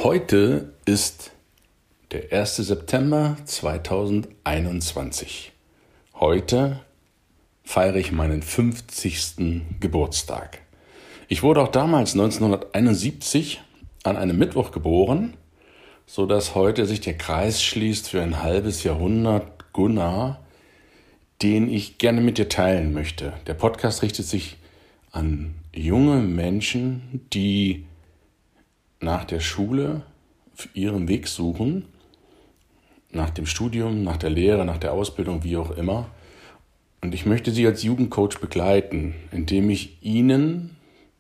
Heute ist der 1. September 2021. Heute feiere ich meinen 50. Geburtstag. Ich wurde auch damals 1971 an einem Mittwoch geboren, sodass heute sich der Kreis schließt für ein halbes Jahrhundert Gunnar, den ich gerne mit dir teilen möchte. Der Podcast richtet sich an junge Menschen, die nach der Schule ihren Weg suchen, nach dem Studium, nach der Lehre, nach der Ausbildung, wie auch immer. Und ich möchte sie als Jugendcoach begleiten, indem ich ihnen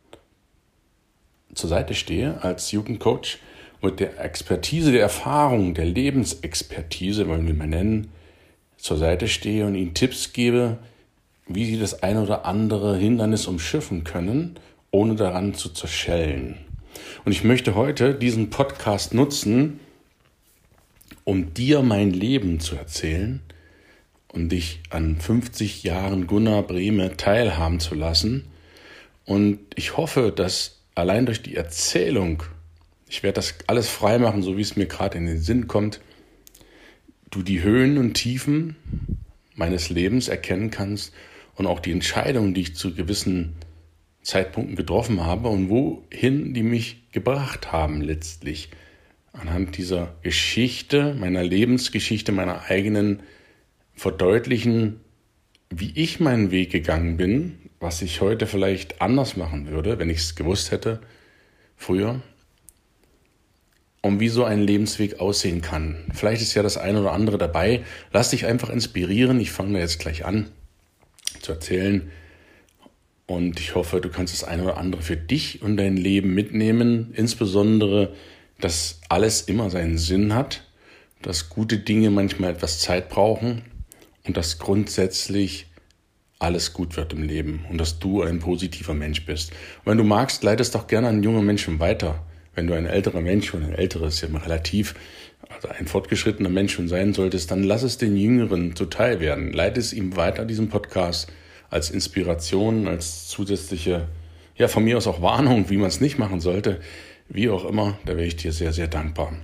zur Seite stehe als Jugendcoach mit der Expertise, der Erfahrung, der Lebensexpertise, wollen wir mal nennen, zur Seite stehe und ihnen Tipps gebe, wie sie das ein oder andere Hindernis umschiffen können, ohne daran zu zerschellen. Und ich möchte heute diesen Podcast nutzen, um dir mein Leben zu erzählen und dich an 50 Jahren Gunnar Brehme teilhaben zu lassen. Und ich hoffe, dass allein durch die Erzählung, ich werde das alles freimachen, so wie es mir gerade in den Sinn kommt, du die Höhen und Tiefen meines Lebens erkennen kannst und auch die Entscheidungen, die ich zu gewissen Zeitpunkten getroffen habe und wohin die mich gebracht haben letztlich. Anhand dieser Geschichte, meiner Lebensgeschichte, meiner eigenen verdeutlichen, wie ich meinen Weg gegangen bin, was ich heute vielleicht anders machen würde, wenn ich es gewusst hätte, früher, und wie so ein Lebensweg aussehen kann. Vielleicht ist ja das eine oder andere dabei. Lass dich einfach inspirieren. Ich fange da jetzt gleich an zu erzählen. Und ich hoffe, du kannst das eine oder andere für dich und dein Leben mitnehmen. Insbesondere, dass alles immer seinen Sinn hat, dass gute Dinge manchmal etwas Zeit brauchen und dass grundsätzlich alles gut wird im Leben und dass du ein positiver Mensch bist. Und wenn du magst, leite es doch gerne an junge Menschen weiter. Wenn du ein älterer Mensch, und ein älterer ist ja immer relativ, also ein fortgeschrittener Mensch schon sein solltest, dann lass es den Jüngeren zuteil werden. Leite es ihm weiter, diesen Podcast, als Inspiration, als zusätzliche, ja von mir aus auch Warnung, wie man es nicht machen sollte, wie auch immer, da wäre ich dir sehr, sehr dankbar.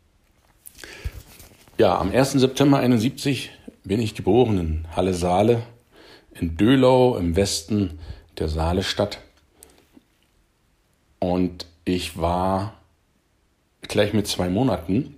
Ja, am 1. September 1971 bin ich geboren in Halle-Saale, in Döhlau im Westen der Saalestadt. Und ich war gleich mit 2 Monaten,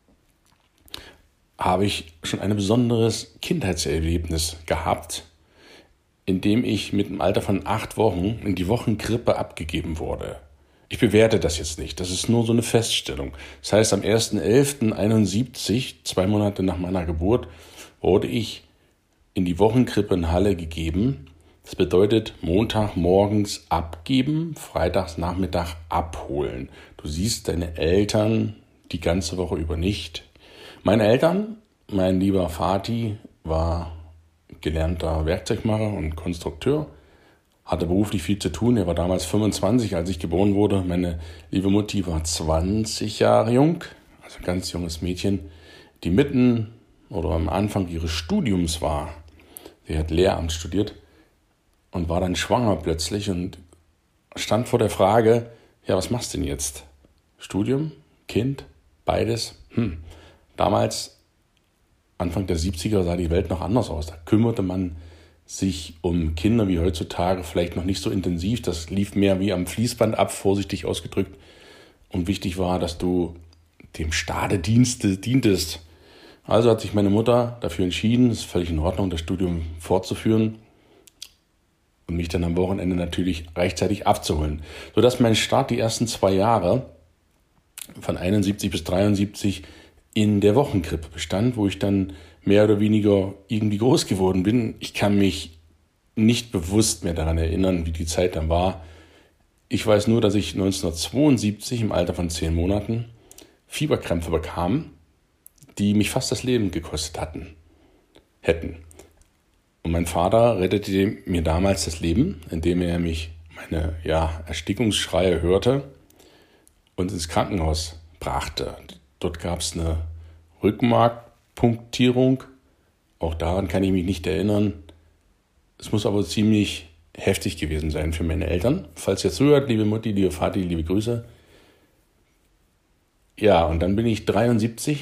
habe ich schon ein besonderes Kindheitserlebnis gehabt, in dem ich mit dem Alter von 8 Wochen in die Wochenkrippe abgegeben wurde. Ich bewerte das jetzt nicht, das ist nur so eine Feststellung. Das heißt, am 1.11.1971, 2 Monate nach meiner Geburt, wurde ich in die Wochenkrippe in Halle gegeben. Das bedeutet Montagmorgens abgeben, freitags Nachmittag abholen. Du siehst deine Eltern die ganze Woche über nicht. Meine Eltern, mein lieber Vati war gelernter Werkzeugmacher und Konstrukteur, hatte beruflich viel zu tun. Er war damals 25, als ich geboren wurde. Meine liebe Mutti war 20 Jahre jung, also ein ganz junges Mädchen, die mitten oder am Anfang ihres Studiums war. Sie hat Lehramt studiert und war dann schwanger plötzlich und stand vor der Frage, ja, was machst du denn jetzt? Studium, Kind, beides? Damals, Anfang der 70er, sah die Welt noch anders aus. Da kümmerte man sich um Kinder wie heutzutage vielleicht noch nicht so intensiv. Das lief mehr wie am Fließband ab, vorsichtig ausgedrückt. Und wichtig war, dass du dem Staate dientest. Also hat sich meine Mutter dafür entschieden, es ist völlig in Ordnung, das Studium fortzuführen und mich dann am Wochenende natürlich rechtzeitig abzuholen. Sodass mein Start die ersten 2 Jahre von 71 bis 73 in der Wochenkrippe bestand, wo ich dann mehr oder weniger irgendwie groß geworden bin. Ich kann mich nicht bewusst mehr daran erinnern, wie die Zeit dann war. Ich weiß nur, dass ich 1972 im Alter von 10 Monaten Fieberkrämpfe bekam, die mich fast das Leben gekostet hätten. Und mein Vater rettete mir damals das Leben, indem er mich meine Erstickungsschreie hörte und ins Krankenhaus brachte. Dort gab es eine Rückenmarkpunktierung. Auch daran kann ich mich nicht erinnern. Es muss aber ziemlich heftig gewesen sein für meine Eltern. Falls ihr zuhört, liebe Mutti, liebe Vati, liebe Grüße. Ja, und dann bin ich 73,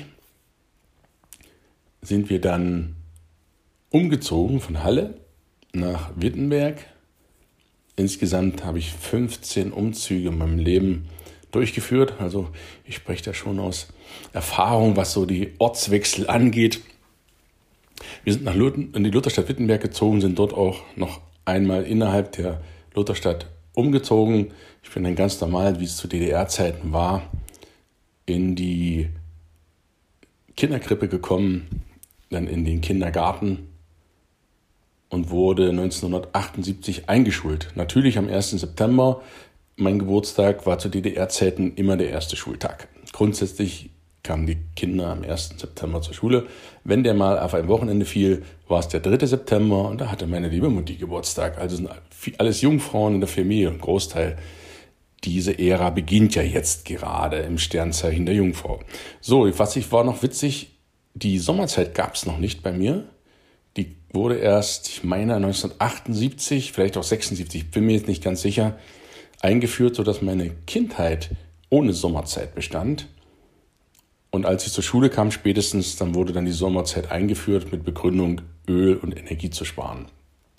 sind wir dann umgezogen von Halle nach Wittenberg. Insgesamt habe ich 15 Umzüge in meinem Leben durchgeführt. Also ich spreche da schon aus Erfahrung, was so die Ortswechsel angeht. Wir sind in die Lutherstadt Wittenberg gezogen, sind dort auch noch einmal innerhalb der Lutherstadt umgezogen. Ich bin dann ganz normal, wie es zu DDR-Zeiten war, in die Kinderkrippe gekommen, dann in den Kindergarten und wurde 1978 eingeschult. Natürlich am 1. September. Mein Geburtstag war zu DDR-Zeiten immer der erste Schultag. Grundsätzlich kamen die Kinder am 1. September zur Schule. Wenn der mal auf ein Wochenende fiel, war es der 3. September und da hatte meine liebe Mutti Geburtstag. Also sind alles Jungfrauen in der Familie, ein Großteil. Diese Ära beginnt ja jetzt gerade im Sternzeichen der Jungfrau. So, war noch witzig, die Sommerzeit gab es noch nicht bei mir. Die wurde erst, ich meine 1978, vielleicht auch 76, ich bin mir jetzt nicht ganz sicher, eingeführt, sodass meine Kindheit ohne Sommerzeit bestand. Und als ich zur Schule kam, spätestens, dann wurde dann die Sommerzeit eingeführt mit Begründung, Öl und Energie zu sparen.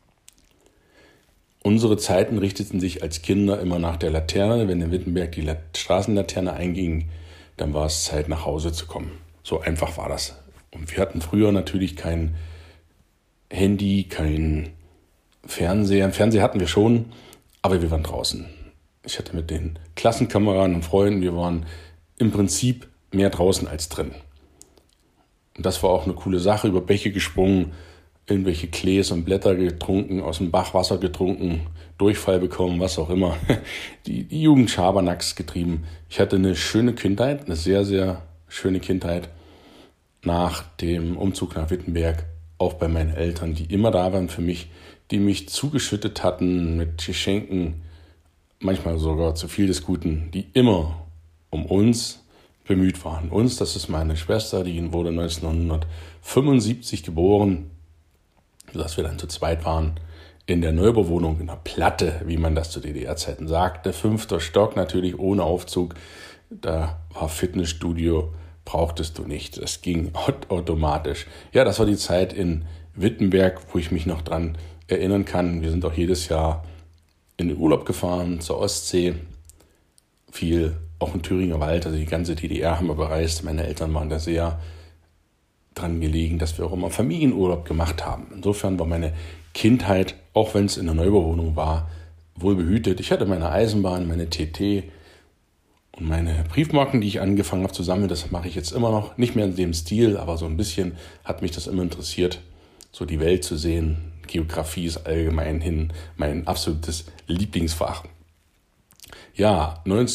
Unsere Zeiten richteten sich als Kinder immer nach der Laterne. Wenn in Wittenberg die Straßenlaterne einging, dann war es Zeit, nach Hause zu kommen. So einfach war das. Und wir hatten früher natürlich kein Handy, kein Fernseher. Einen Fernseher hatten wir schon, aber wir waren draußen. Ich hatte mit den Klassenkameraden und Freunden, wir waren im Prinzip mehr draußen als drin. Und das war auch eine coole Sache, über Bäche gesprungen, irgendwelche Klees und Blätter getrunken, aus dem Bach Wasser getrunken, Durchfall bekommen, was auch immer. Die Jugend Schabernacks getrieben. Ich hatte eine schöne Kindheit, eine sehr, sehr schöne Kindheit nach dem Umzug nach Wittenberg, auch bei meinen Eltern, die immer da waren für mich, die mich zugeschüttet hatten mit Geschenken, manchmal sogar zu viel des Guten, die immer um uns bemüht waren. Uns, das ist meine Schwester, die wurde 1975 geboren, sodass wir dann zu zweit waren, in der Neubauwohnung, in der Platte, wie man das zu DDR-Zeiten sagte. 5. Stock, natürlich ohne Aufzug. Da war Fitnessstudio, brauchtest du nicht. Das ging automatisch. Ja, das war die Zeit in Wittenberg, wo ich mich noch dran erinnern kann. Wir sind auch jedes Jahr in den Urlaub gefahren, zur Ostsee. Viel, auch im Thüringer Wald, also die ganze DDR haben wir bereist. Meine Eltern waren da sehr dran gelegen, dass wir auch immer Familienurlaub gemacht haben. Insofern war meine Kindheit, auch wenn es in der Neubauwohnung war, wohl behütet. Ich hatte meine Eisenbahn, meine TT und meine Briefmarken, die ich angefangen habe zu sammeln. Das mache ich jetzt immer noch, nicht mehr in dem Stil, aber so ein bisschen hat mich das immer interessiert, so die Welt zu sehen. Geografie ist allgemein hin mein absolutes Lieblingsfach. Ja,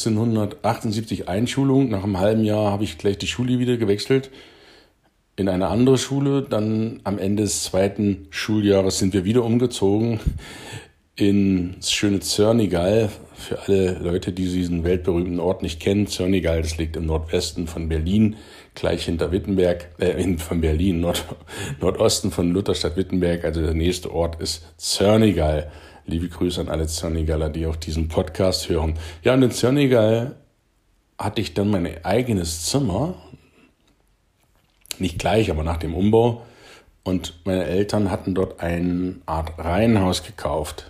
1978 Einschulung. Nach einem halben Jahr habe ich gleich die Schule wieder gewechselt in eine andere Schule. Dann am Ende des 2. Schuljahres sind wir wieder umgezogen ins schöne Zörnigall. Für alle Leute, die diesen weltberühmten Ort nicht kennen, Zörnigall, das liegt im Nordwesten von Berlin, gleich hinter Wittenberg, von Berlin, Nordosten von Lutherstadt Wittenberg. Also der nächste Ort ist Zörnigall. Liebe Grüße an alle Zörnigaller, die auch diesen Podcast hören. Ja, und in Zörnigall hatte ich dann mein eigenes Zimmer. Nicht gleich, aber nach dem Umbau. Und meine Eltern hatten dort eine Art Reihenhaus gekauft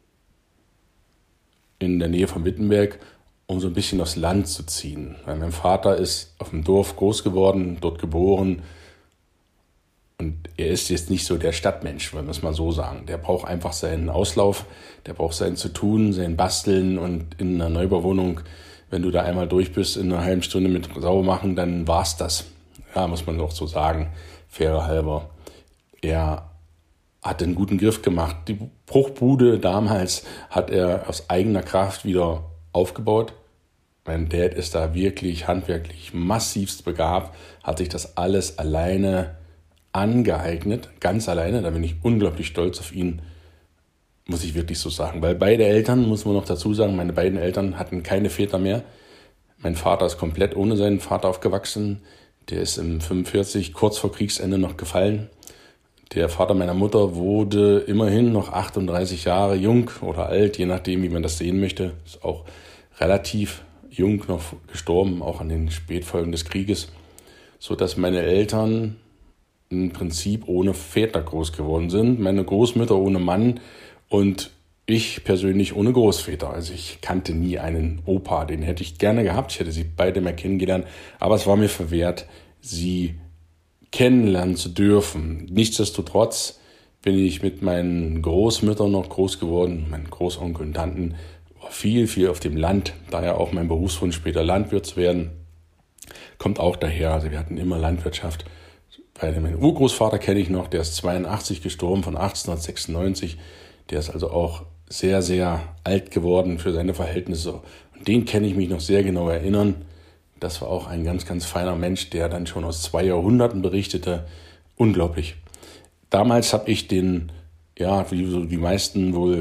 in der Nähe von Wittenberg, um so ein bisschen aufs Land zu ziehen. Weil mein Vater ist auf dem Dorf groß geworden, dort geboren. Und er ist jetzt nicht so der Stadtmensch, wollen wir es mal so sagen. Der braucht einfach seinen Auslauf, der braucht sein zu tun, sein Basteln. Und in einer Neubauwohnung, wenn du da einmal durch bist, in einer halben Stunde mit sauber machen, dann war's das. Ja, muss man doch so sagen, fairer halber. Er hat einen guten Griff gemacht. Die Bruchbude damals hat er aus eigener Kraft wieder aufgebaut. Mein Dad ist da wirklich handwerklich massivst begabt, hat sich das alles alleine angeeignet, ganz alleine. Da bin ich unglaublich stolz auf ihn, muss ich wirklich so sagen. Weil beide Eltern, muss man noch dazu sagen, meine beiden Eltern hatten keine Väter mehr. Mein Vater ist komplett ohne seinen Vater aufgewachsen. Der ist im 45 kurz vor Kriegsende noch gefallen. Der Vater meiner Mutter wurde immerhin noch 38 Jahre jung oder alt, je nachdem, wie man das sehen möchte. Ist auch relativ jung noch gestorben, auch an den Spätfolgen des Krieges, sodass meine Eltern im Prinzip ohne Väter groß geworden sind. Meine Großmütter ohne Mann und ich persönlich ohne Großväter. Also ich kannte nie einen Opa, den hätte ich gerne gehabt. Ich hätte sie beide mal kennengelernt, aber es war mir verwehrt, sie kennenlernen zu dürfen. Nichtsdestotrotz bin ich mit meinen Großmüttern noch groß geworden, meinen Großonkel und Tanten, war viel auf dem Land, daher auch mein Berufswunsch, später Landwirt zu werden, kommt auch daher. Also wir hatten immer Landwirtschaft. Mein Urgroßvater kenne ich noch, der ist 82 gestorben, von 1896. Der ist also auch sehr alt geworden für seine Verhältnisse. Und den kann ich mich noch sehr genau erinnern. Das war auch ein ganz feiner Mensch, der dann schon aus 2 Jahrhunderten berichtete. Unglaublich. Damals habe ich den, wie so die meisten wohl,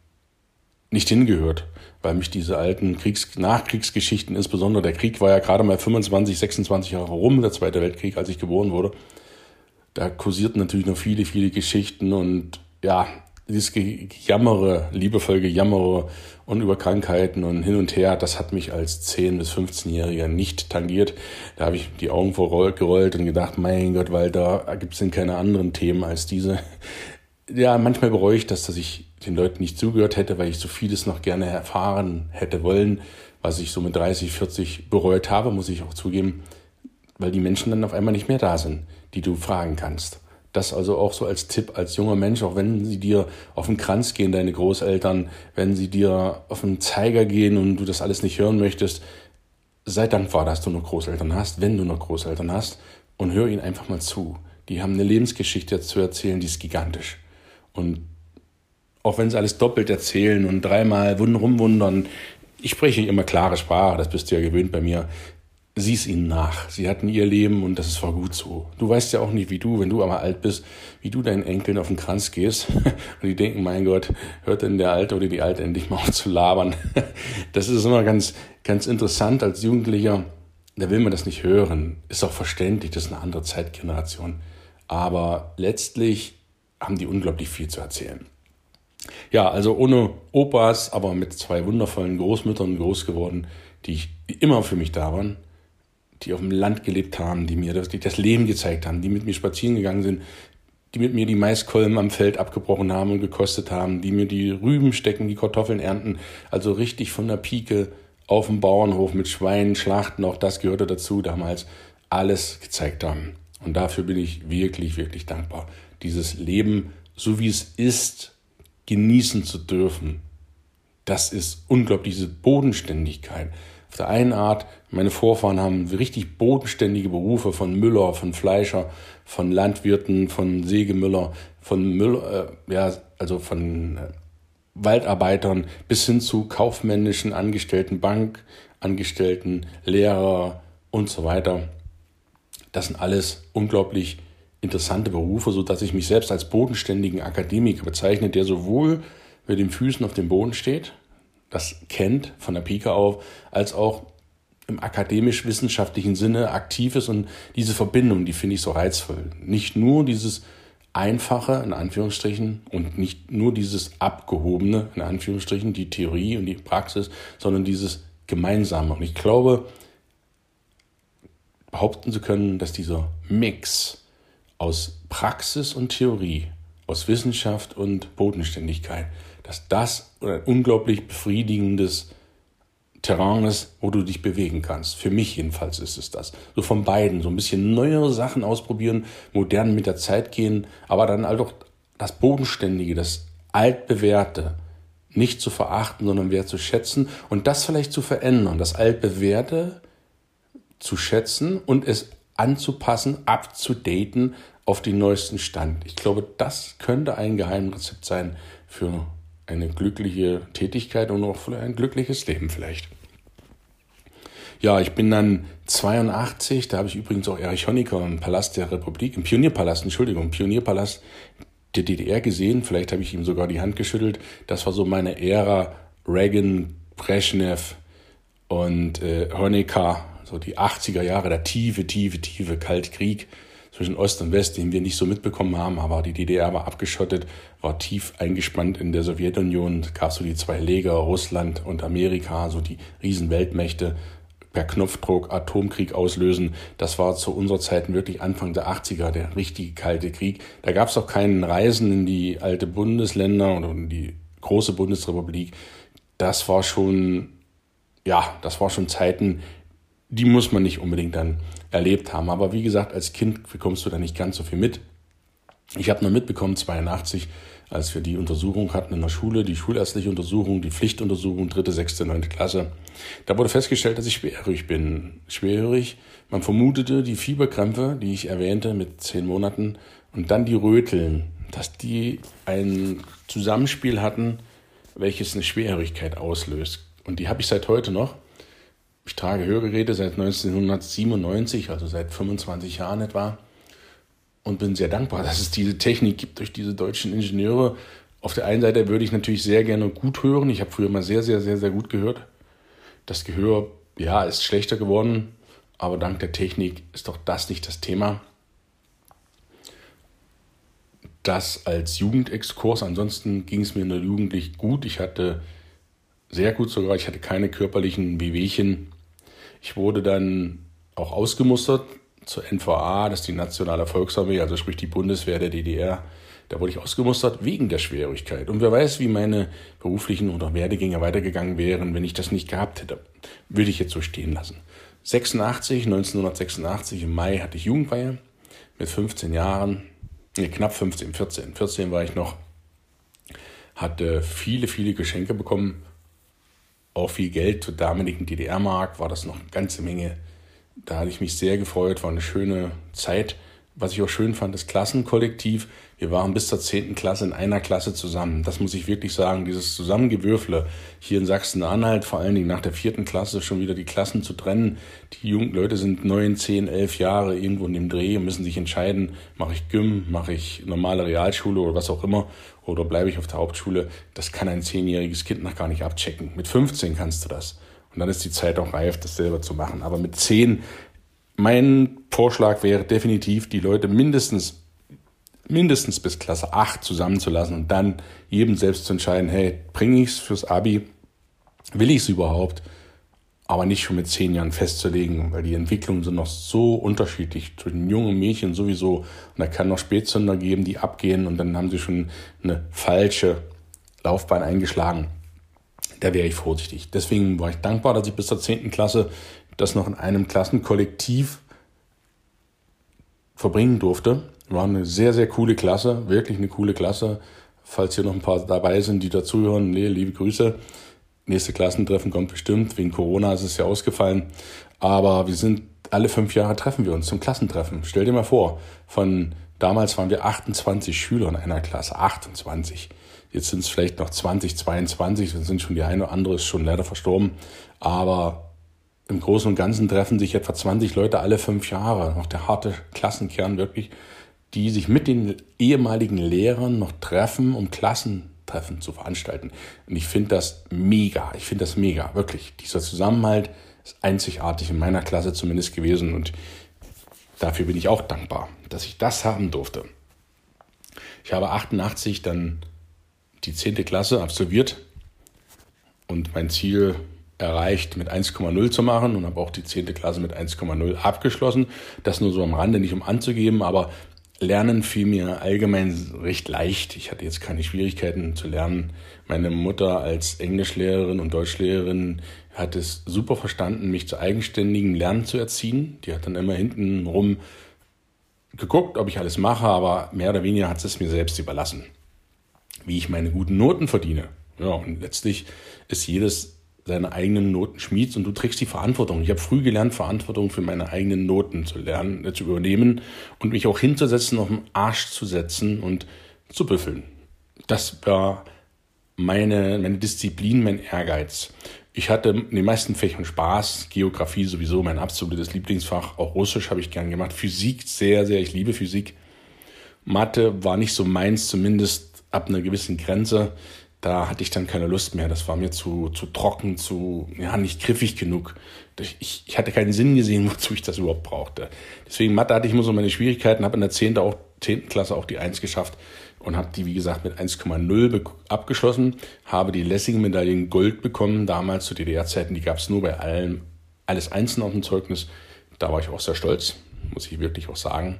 nicht hingehört, weil mich diese alten Nachkriegsgeschichten, insbesondere der Krieg war ja gerade mal 25, 26 Jahre rum, der Zweite Weltkrieg, als ich geboren wurde. Da kursierten natürlich noch viele Geschichten und dieses liebevoll Gejammere und über Krankheiten und hin und her, das hat mich als 10- bis 15-Jähriger nicht tangiert. Da habe ich die Augen gerollt und gedacht, mein Gott, weil da gibt es denn keine anderen Themen als diese. Ja, manchmal bereue ich das, dass ich den Leuten nicht zugehört hätte, weil ich so vieles noch gerne erfahren hätte wollen, was ich so mit 30, 40 bereut habe, muss ich auch zugeben, weil die Menschen dann auf einmal nicht mehr da sind, die du fragen kannst. Das also auch so als Tipp, als junger Mensch, auch wenn sie dir auf den Kranz gehen, deine Großeltern, wenn sie dir auf den Zeiger gehen und du das alles nicht hören möchtest, sei dankbar, dass du noch Großeltern hast, wenn du noch Großeltern hast, und hör ihnen einfach mal zu. Die haben eine Lebensgeschichte zu erzählen, die ist gigantisch. Und auch wenn sie alles doppelt erzählen und 3-mal rumwundern, ich spreche immer klare Sprache, das bist du ja gewöhnt bei mir. Sieh es ihnen nach. Sie hatten ihr Leben und das war gut so. Du weißt ja auch nicht, wenn du aber alt bist, wie du deinen Enkeln auf den Kranz gehst und die denken, mein Gott, hört denn der Alte oder die Alte endlich mal auf zu labern. Das ist immer ganz interessant als Jugendlicher. Da will man das nicht hören. Ist auch verständlich, das ist eine andere Zeitgeneration. Aber letztlich haben die unglaublich viel zu erzählen. Ja, also ohne Opas, aber mit 2 wundervollen Großmüttern groß geworden, die immer für mich da waren, die auf dem Land gelebt haben, die das Leben gezeigt haben, die mit mir spazieren gegangen sind, die mit mir die Maiskolben am Feld abgebrochen haben und gekostet haben, die mir die Rüben stecken, die Kartoffeln ernten, also richtig von der Pike auf dem Bauernhof mit Schweinen schlachten, auch das gehörte dazu damals, alles gezeigt haben. Und dafür bin ich wirklich dankbar, dieses Leben, so wie es ist, genießen zu dürfen. Das ist unglaublich, diese Bodenständigkeit. Auf der einen Art, meine Vorfahren haben richtig bodenständige Berufe, von Müller, von Fleischer, von Landwirten, von Sägemüller, von Waldarbeitern bis hin zu kaufmännischen Angestellten, Bankangestellten, Lehrer und so weiter. Das sind alles unglaublich interessante Berufe, sodass ich mich selbst als bodenständigen Akademiker bezeichne, der sowohl mit den Füßen auf dem Boden steht, das kennt von der Pike auf, als auch im akademisch-wissenschaftlichen Sinne aktiv ist. Und diese Verbindung, die finde ich so reizvoll. Nicht nur dieses Einfache, in Anführungsstrichen, und nicht nur dieses Abgehobene, in Anführungsstrichen, die Theorie und die Praxis, sondern dieses Gemeinsame. Und ich glaube, behaupten zu können, dass dieser Mix aus Praxis und Theorie, aus Wissenschaft und Bodenständigkeit, dass das ein unglaublich befriedigendes Terrain ist, wo du dich bewegen kannst. Für mich jedenfalls ist es das. So von beiden, so ein bisschen neuere Sachen ausprobieren, modern mit der Zeit gehen, aber dann halt auch das Bodenständige, das Altbewährte nicht zu verachten, sondern wertzuschätzen und das vielleicht zu verändern, das Altbewährte zu schätzen und es anzupassen, abzudaten auf den neuesten Stand. Ich glaube, das könnte ein Geheimrezept sein für eine glückliche Tätigkeit und auch für ein glückliches Leben vielleicht. Ja, ich bin dann 82, da habe ich übrigens auch Erich Honecker im Palast der Republik, im Pionierpalast der DDR gesehen. Vielleicht habe ich ihm sogar die Hand geschüttelt. Das war so meine Ära, Reagan, Brezhnev und Honecker, so die 80er Jahre, der tiefe Kaltkrieg zwischen Ost und West, den wir nicht so mitbekommen haben, aber die DDR war abgeschottet, war tief eingespannt in der Sowjetunion, gab so die zwei Lager, Russland und Amerika, so die Riesenweltmächte, per Knopfdruck Atomkrieg auslösen. Das war zu unserer Zeit wirklich Anfang der 80er, der richtige Kalte Krieg. Da gab es auch keinen Reisen in die alte Bundesländer oder in die große Bundesrepublik. Das war schon Zeiten, die muss man nicht unbedingt dann erlebt haben. Aber wie gesagt, als Kind bekommst du da nicht ganz so viel mit. Ich habe nur mitbekommen, 82, als wir die Untersuchung hatten in der Schule, die schulärztliche Untersuchung, die Pflichtuntersuchung, 3., 6., 9. Klasse. Da wurde festgestellt, dass ich schwerhörig bin. Schwerhörig, man vermutete die Fieberkrämpfe, die ich erwähnte, mit 10 Monaten und dann die Röteln, dass die ein Zusammenspiel hatten, welches eine Schwerhörigkeit auslöst. Und die habe ich seit heute noch. Ich trage Hörgeräte seit 1997, also seit 25 Jahren etwa. Und bin sehr dankbar, dass es diese Technik gibt durch diese deutschen Ingenieure. Auf der einen Seite würde ich natürlich sehr gerne gut hören. Ich habe früher mal sehr, sehr, sehr, sehr gut gehört. Das Gehör, ist schlechter geworden. Aber dank der Technik ist doch das nicht das Thema. Das als Jugendexkurs. Ansonsten ging es mir in der Jugend gut. Ich hatte sehr gut sogar. Ich hatte keine körperlichen Wehwehchen. Ich wurde dann auch ausgemustert zur NVA, das ist die Nationale Volksarmee, also sprich die Bundeswehr der DDR. Da wurde ich ausgemustert wegen der Schwerhörigkeit. Und wer weiß, wie meine beruflichen oder Werdegänge weitergegangen wären, wenn ich das nicht gehabt hätte. Würde ich jetzt so stehen lassen. 1986 im Mai hatte ich Jugendweihe mit 15 Jahren, knapp 15, 14. 14 war ich noch, hatte viele, viele Geschenke bekommen, auch viel Geld. Zur damaligen DDR-Mark war das noch eine ganze Menge. Da hatte ich mich sehr gefreut, war eine schöne Zeit. Was ich auch schön fand, das Klassenkollektiv. Wir waren bis zur 10. Klasse in einer Klasse zusammen. Das muss ich wirklich sagen, dieses Zusammengewürfle hier in Sachsen-Anhalt, vor allen Dingen nach der 4. Klasse schon wieder die Klassen zu trennen. Die jungen Leute sind 9, 10, 11 Jahre irgendwo in dem Dreh und müssen sich entscheiden, mache ich Gym, mache ich normale Realschule oder was auch immer oder bleibe ich auf der Hauptschule. Das kann ein 10-jähriges Kind noch gar nicht abchecken. Mit 15 kannst du das. Und dann ist die Zeit auch reif, das selber zu machen. Aber mit 10, mein Vorschlag wäre definitiv, die Leute mindestens bis Klasse 8 zusammenzulassen und dann jedem selbst zu entscheiden, hey, bringe ich es fürs Abi, will ich es überhaupt, aber nicht schon mit 10 Jahren festzulegen, weil die Entwicklungen sind noch so unterschiedlich, zwischen jungen Mädchen sowieso, und da kann noch Spätzünder geben, die abgehen und dann haben sie schon eine falsche Laufbahn eingeschlagen. Da wäre ich vorsichtig. Deswegen war ich dankbar, dass ich bis zur 10. Klasse das noch in einem Klassenkollektiv verbringen durfte. War eine sehr, sehr coole Klasse, wirklich eine coole Klasse. Falls hier noch ein paar dabei sind, die dazuhören, liebe Grüße. Nächste Klassentreffen kommt bestimmt. Wegen Corona ist es ja ausgefallen. Aber wir sind alle 5 Jahre treffen wir uns zum Klassentreffen. Stell dir mal vor, von damals waren wir 28 Schüler in einer Klasse. 28. Jetzt sind es vielleicht noch 20, 22, dann sind schon die eine oder andere ist schon leider verstorben. Aber im Großen und Ganzen treffen sich etwa 20 Leute alle 5 Jahre. Noch der harte Klassenkern wirklich, die sich mit den ehemaligen Lehrern noch treffen, um Klassentreffen zu veranstalten. Und ich finde das mega. Wirklich. Dieser Zusammenhalt ist einzigartig in meiner Klasse zumindest gewesen. Und dafür bin ich auch dankbar, dass ich das haben durfte. Ich habe 88 dann die 10. Klasse absolviert und mein Ziel erreicht, mit 1,0 zu machen und habe auch die 10. Klasse mit 1,0 abgeschlossen. Das nur so am Rande, nicht um anzugeben, aber Lernen fiel mir allgemein recht leicht. Ich hatte jetzt keine Schwierigkeiten zu lernen. Meine Mutter als Englischlehrerin und Deutschlehrerin hat es super verstanden, mich zu eigenständigem Lernen zu erziehen. Die hat dann immer hinten rum geguckt, ob ich alles mache, aber mehr oder weniger hat sie es mir selbst überlassen, wie ich meine guten Noten verdiene. Ja, und letztlich ist jedes seine eigenen Noten schmied und du trägst die Verantwortung. Ich habe früh gelernt, Verantwortung für meine eigenen Noten zu lernen, zu übernehmen und mich auch hinzusetzen, auf den Arsch zu setzen und zu büffeln. Das war meine Disziplin, mein Ehrgeiz. Ich hatte in den meisten Fächern Spaß, Geografie sowieso mein absolutes Lieblingsfach, auch Russisch habe ich gern gemacht, Physik sehr, sehr, ich liebe Physik. Mathe war nicht so meins, zumindest ab einer gewissen Grenze. da hatte ich dann keine Lust mehr. Das war mir zu trocken, nicht griffig genug. Ich hatte keinen Sinn gesehen, wozu ich das überhaupt brauchte. Deswegen Mathe hatte ich immer so meine Schwierigkeiten, habe in der 10. Klasse auch die 1 geschafft und habe die, wie gesagt, mit 1,0 abgeschlossen, habe die Lessing-Medaille in Gold bekommen. Damals zu DDR-Zeiten, die gab es nur bei alles einzeln auf dem Zeugnis. Da war ich auch sehr stolz, muss ich wirklich auch sagen.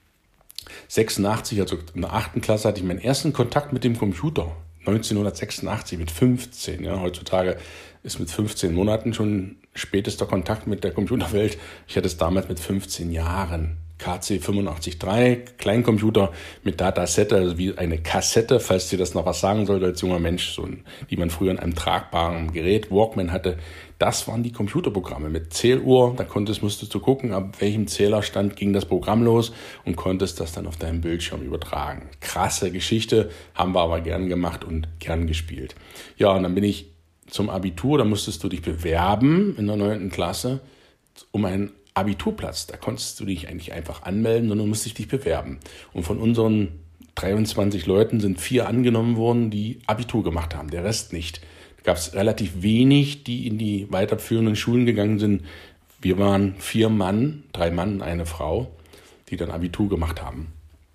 86, also in der 8. Klasse, hatte ich meinen ersten Kontakt mit dem Computer. 1986 mit 15. Ja, heutzutage ist mit 15 Monaten schon spätester Kontakt mit der Computerwelt. Ich hatte es damals mit 15 Jahren. KC 85.3, Kleincomputer mit Datasette, also wie eine Kassette, falls dir das noch was sagen sollte als junger Mensch, die man früher in einem tragbaren Gerät, Walkman hatte. Das waren die Computerprogramme mit Zähluhr. Da musstest du gucken, ab welchem Zählerstand ging das Programm los und konntest das dann auf deinem Bildschirm übertragen. Krasse Geschichte, haben wir aber gern gemacht und gern gespielt. Ja, und dann bin ich zum Abitur, da musstest du dich bewerben in der 9. Klasse um einen Abiturplatz. Da konntest du dich eigentlich einfach anmelden, sondern musstest dich bewerben. Und von unseren 23 Leuten sind 4 angenommen worden, die Abitur gemacht haben, der Rest nicht. Da gab es relativ wenig, die in die weiterführenden Schulen gegangen sind. Wir waren 4 Mann, 3 Mann und eine Frau, die dann Abitur gemacht haben.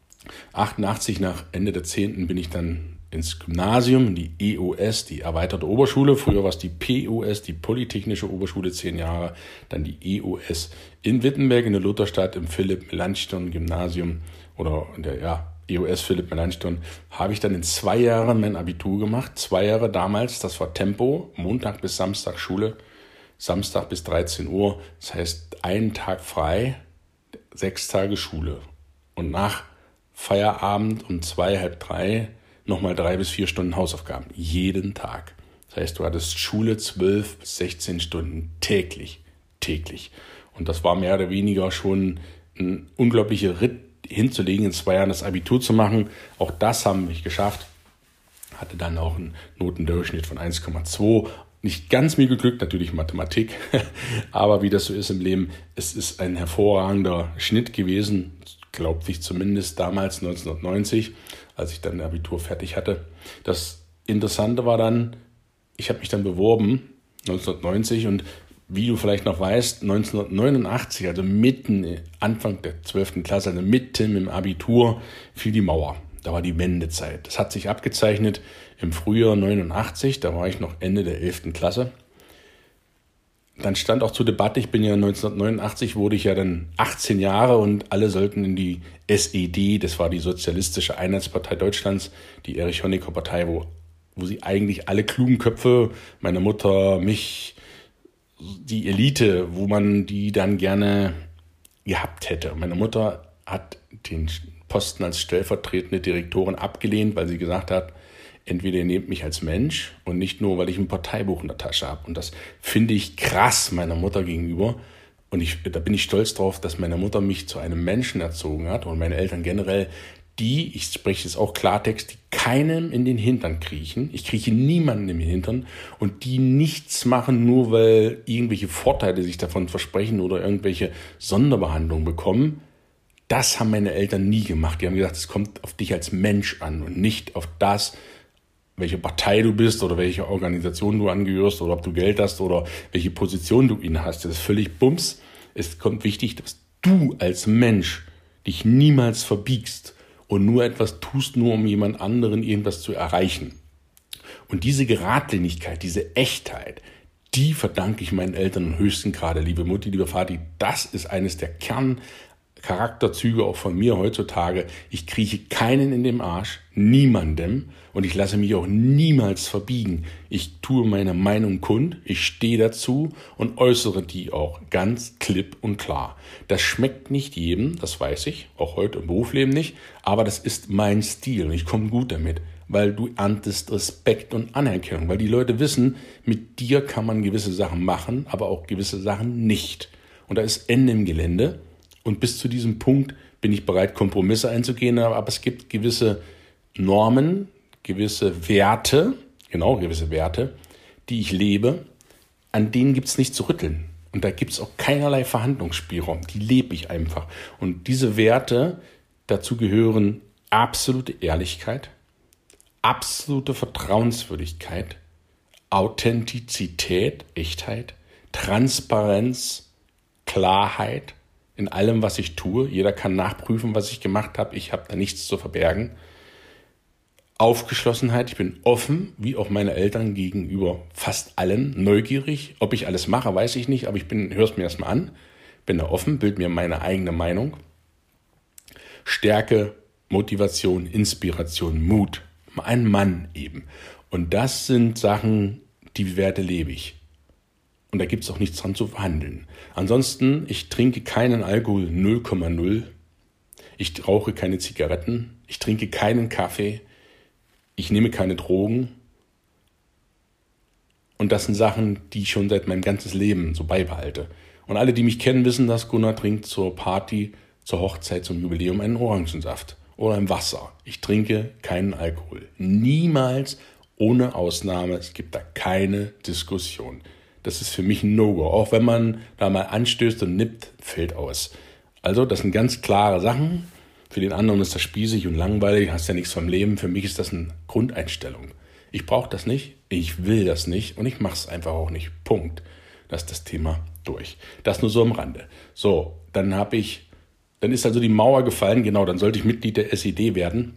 88 nach Ende der 10. bin ich dann ins Gymnasium, die EOS, die erweiterte Oberschule. Früher war es die POS, die Polytechnische Oberschule, 10 Jahre. Dann die EOS in Wittenberg in der Lutherstadt im Philipp-Melanchthon-Gymnasium oder in der EOS Philipp-Melanchthon. Habe ich dann in 2 Jahren mein Abitur gemacht. 2 Jahre damals, das war Tempo, Montag bis Samstag Schule, Samstag bis 13 Uhr. Das heißt, einen Tag frei, 6 Tage Schule. Und nach Feierabend um 2, halb 3 nochmal 3 bis 4 Stunden Hausaufgaben, jeden Tag. Das heißt, du hattest Schule 12 bis 16 Stunden täglich. Und das war mehr oder weniger schon ein unglaublicher Ritt hinzulegen, in 2 Jahren das Abitur zu machen. Auch das haben wir geschafft. Hatte dann auch einen Notendurchschnitt von 1,2. Nicht ganz mir geglückt, natürlich Mathematik, aber wie das so ist im Leben, es ist ein hervorragender Schnitt gewesen, glaubte ich zumindest damals 1990, als ich dann ein Abitur fertig hatte. Das Interessante war dann, ich habe mich dann beworben, 1990, und wie du vielleicht noch weißt, 1989, also Anfang der 12. Klasse, also mitten im Abitur, fiel die Mauer. Da war die Wendezeit. Das hat sich abgezeichnet im Frühjahr 89, da war ich noch Ende der 11. Klasse. Dann stand auch zur Debatte, 1989 wurde ich ja dann 18 Jahre und alle sollten in die SED, das war die Sozialistische Einheitspartei Deutschlands, die Erich-Honecker-Partei, wo sie eigentlich alle klugen Köpfe, meine Mutter, mich, die Elite, wo man die dann gerne gehabt hätte. Meine Mutter hat den Posten als stellvertretende Direktorin abgelehnt, weil sie gesagt hat, entweder ihr nehmt mich als Mensch und nicht nur, weil ich ein Parteibuch in der Tasche habe. Und das finde ich krass meiner Mutter gegenüber. Und da bin ich stolz drauf, dass meine Mutter mich zu einem Menschen erzogen hat und meine Eltern generell, ich spreche jetzt auch Klartext, die keinem in den Hintern kriechen. Ich krieche niemanden in den Hintern und die nichts machen, nur weil irgendwelche Vorteile sich davon versprechen oder irgendwelche Sonderbehandlungen bekommen. Das haben meine Eltern nie gemacht. Die haben gesagt, es kommt auf dich als Mensch an und nicht auf das, welche Partei du bist oder welche Organisation du angehörst oder ob du Geld hast oder welche Position du innehast. Das ist völlig Bums. Es kommt wichtig, dass du als Mensch dich niemals verbiegst und nur etwas tust, nur um jemand anderen irgendwas zu erreichen. Und diese Geradlinigkeit, diese Echtheit, die verdanke ich meinen Eltern im höchsten Grade. Liebe Mutti, lieber Vati, das ist eines der Kerncharakterzüge auch von mir heutzutage. Ich krieche keinen in den Arsch, niemandem, und ich lasse mich auch niemals verbiegen. Ich tue meine Meinung kund, ich stehe dazu und äußere die auch ganz klipp und klar. Das schmeckt nicht jedem, das weiß ich, auch heute im Berufsleben nicht, aber das ist mein Stil und ich komme gut damit, weil du erntest Respekt und Anerkennung, weil die Leute wissen, mit dir kann man gewisse Sachen machen, aber auch gewisse Sachen nicht. Und da ist Ende im Gelände. Und bis zu diesem Punkt bin ich bereit, Kompromisse einzugehen, aber es gibt gewisse Normen, gewisse Werte, die ich lebe, an denen gibt es nicht zu rütteln. Und da gibt es auch keinerlei Verhandlungsspielraum, die lebe ich einfach. Und diese Werte, dazu gehören absolute Ehrlichkeit, absolute Vertrauenswürdigkeit, Authentizität, Echtheit, Transparenz, Klarheit in allem, was ich tue. Jeder kann nachprüfen, was ich gemacht habe. Ich habe da nichts zu verbergen. Aufgeschlossenheit, ich bin offen, wie auch meine Eltern gegenüber fast allen, neugierig. Ob ich alles mache, weiß ich nicht, aber ich höre es mir erstmal an, bin da offen, bild mir meine eigene Meinung. Stärke, Motivation, Inspiration, Mut. Ein Mann eben. Und das sind Sachen, die Werte lebe ich. Und da gibt es auch nichts dran zu verhandeln. Ansonsten, ich trinke keinen Alkohol 0,0. Ich rauche keine Zigaretten. Ich trinke keinen Kaffee. Ich nehme keine Drogen. Und das sind Sachen, die ich schon seit meinem ganzes Leben so beibehalte. Und alle, die mich kennen, wissen, dass Gunnar trinkt zur Party, zur Hochzeit, zum Jubiläum einen Orangensaft oder ein Wasser. Ich trinke keinen Alkohol. Niemals, ohne Ausnahme. Es gibt da keine Diskussion. Das ist für mich ein No-Go. Auch wenn man da mal anstößt und nippt, fällt aus. Also das sind ganz klare Sachen. Für den anderen ist das spießig und langweilig, hast ja nichts vom Leben. Für mich ist das eine Grundeinstellung. Ich brauche das nicht, ich will das nicht und ich mache es einfach auch nicht. Punkt. Das ist das Thema durch. Das nur so am Rande. So, dann ist also die Mauer gefallen, genau, dann sollte ich Mitglied der SED werden.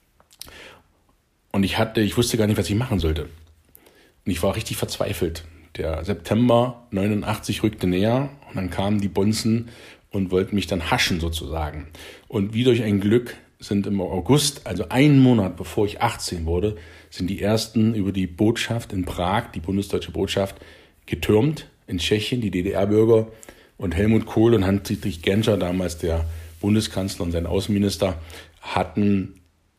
Und ich wusste gar nicht, was ich machen sollte. Und ich war richtig verzweifelt. Der September 89 rückte näher und dann kamen die Bonzen und wollten mich dann haschen sozusagen. Und wie durch ein Glück sind im August, also einen Monat bevor ich 18 wurde, sind die ersten über die Botschaft in Prag, die bundesdeutsche Botschaft, getürmt in Tschechien, die DDR-Bürger. Und Helmut Kohl und Hans-Dietrich Genscher, damals der Bundeskanzler und sein Außenminister, hatten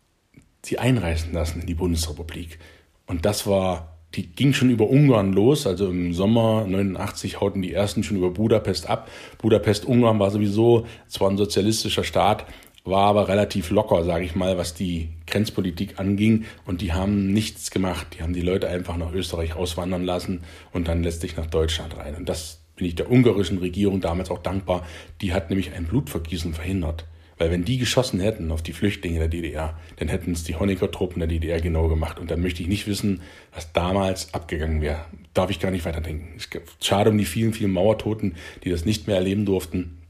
sie einreisen lassen in die Bundesrepublik. Und die ging schon über Ungarn los, also im Sommer 89 hauten die ersten schon über Budapest ab. Budapest-Ungarn war sowieso zwar ein sozialistischer Staat, war aber relativ locker, sage ich mal, was die Grenzpolitik anging. Und die haben nichts gemacht. Die haben die Leute einfach nach Österreich auswandern lassen und dann letztlich nach Deutschland rein. Und das bin ich der ungarischen Regierung damals auch dankbar. Die hat nämlich ein Blutvergießen verhindert. Weil wenn die geschossen hätten auf die Flüchtlinge der DDR, dann hätten es die Honecker-Truppen der DDR genau gemacht. Und dann möchte ich nicht wissen, was damals abgegangen wäre. Darf ich gar nicht weiterdenken. Es ist schade um die vielen, vielen Mauertoten, die das nicht mehr erleben durften.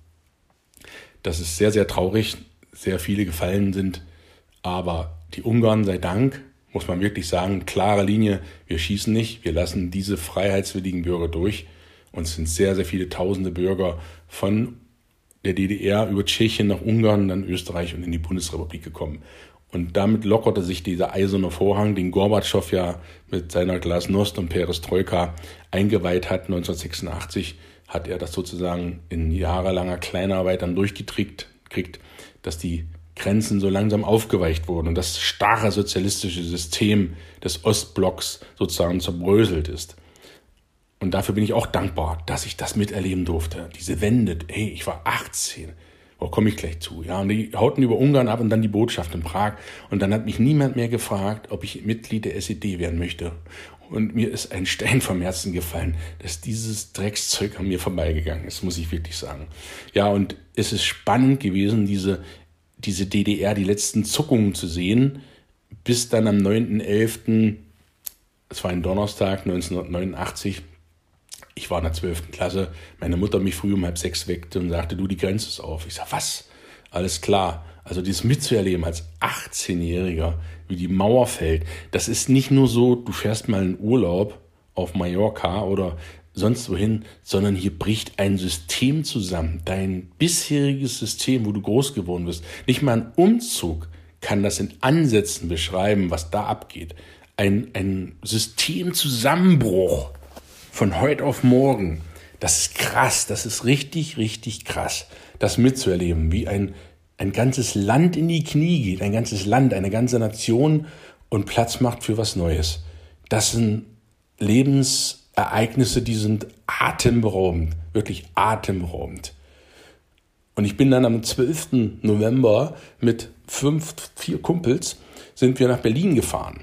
Das ist sehr, sehr traurig. Sehr viele gefallen sind. Aber die Ungarn, sei Dank, muss man wirklich sagen, klare Linie. Wir schießen nicht. Wir lassen diese freiheitswilligen Bürger durch. Und es sind sehr, sehr viele tausende Bürger von der DDR über Tschechien nach Ungarn, dann Österreich und in die Bundesrepublik gekommen. Und damit lockerte sich dieser eiserne Vorhang, den Gorbatschow ja mit seiner Glasnost und Perestroika eingeweiht hat. 1986 hat er das sozusagen in jahrelanger Kleinarbeit dann durchgekriegt, dass die Grenzen so langsam aufgeweicht wurden und das starre sozialistische System des Ostblocks sozusagen zerbröselt ist. Und dafür bin ich auch dankbar, dass ich das miterleben durfte. Diese Wende, ich war 18, komme ich gleich zu. Ja, und die hauten über Ungarn ab und dann die Botschaft in Prag. Und dann hat mich niemand mehr gefragt, ob ich Mitglied der SED werden möchte. Und mir ist ein Stein vom Herzen gefallen, dass dieses Dreckszeug an mir vorbeigegangen ist, muss ich wirklich sagen. Ja, und es ist spannend gewesen, diese DDR, die letzten Zuckungen zu sehen, bis dann am 9.11., es war ein Donnerstag 1989, ich war in der 12. Klasse, meine Mutter mich früh um 5:30 weckte und sagte, du, die Grenze ist auf. Ich sag, was? Alles klar. Also dieses mitzuerleben als 18-Jähriger, wie die Mauer fällt, das ist nicht nur so, du fährst mal in Urlaub auf Mallorca oder sonst wohin, sondern hier bricht ein System zusammen. Dein bisheriges System, wo du groß geworden bist. Nicht mal ein Umzug kann das in Ansätzen beschreiben, was da abgeht. Ein Systemzusammenbruch von heute auf morgen. Das ist krass, das ist richtig, richtig krass, das mitzuerleben, wie ein ganzes Land in die Knie geht, ein ganzes Land, eine ganze Nation und Platz macht für was Neues. Das sind Lebensereignisse, die sind atemberaubend, wirklich atemberaubend. Und ich bin dann am 12. November mit 4 Kumpels sind wir nach Berlin gefahren.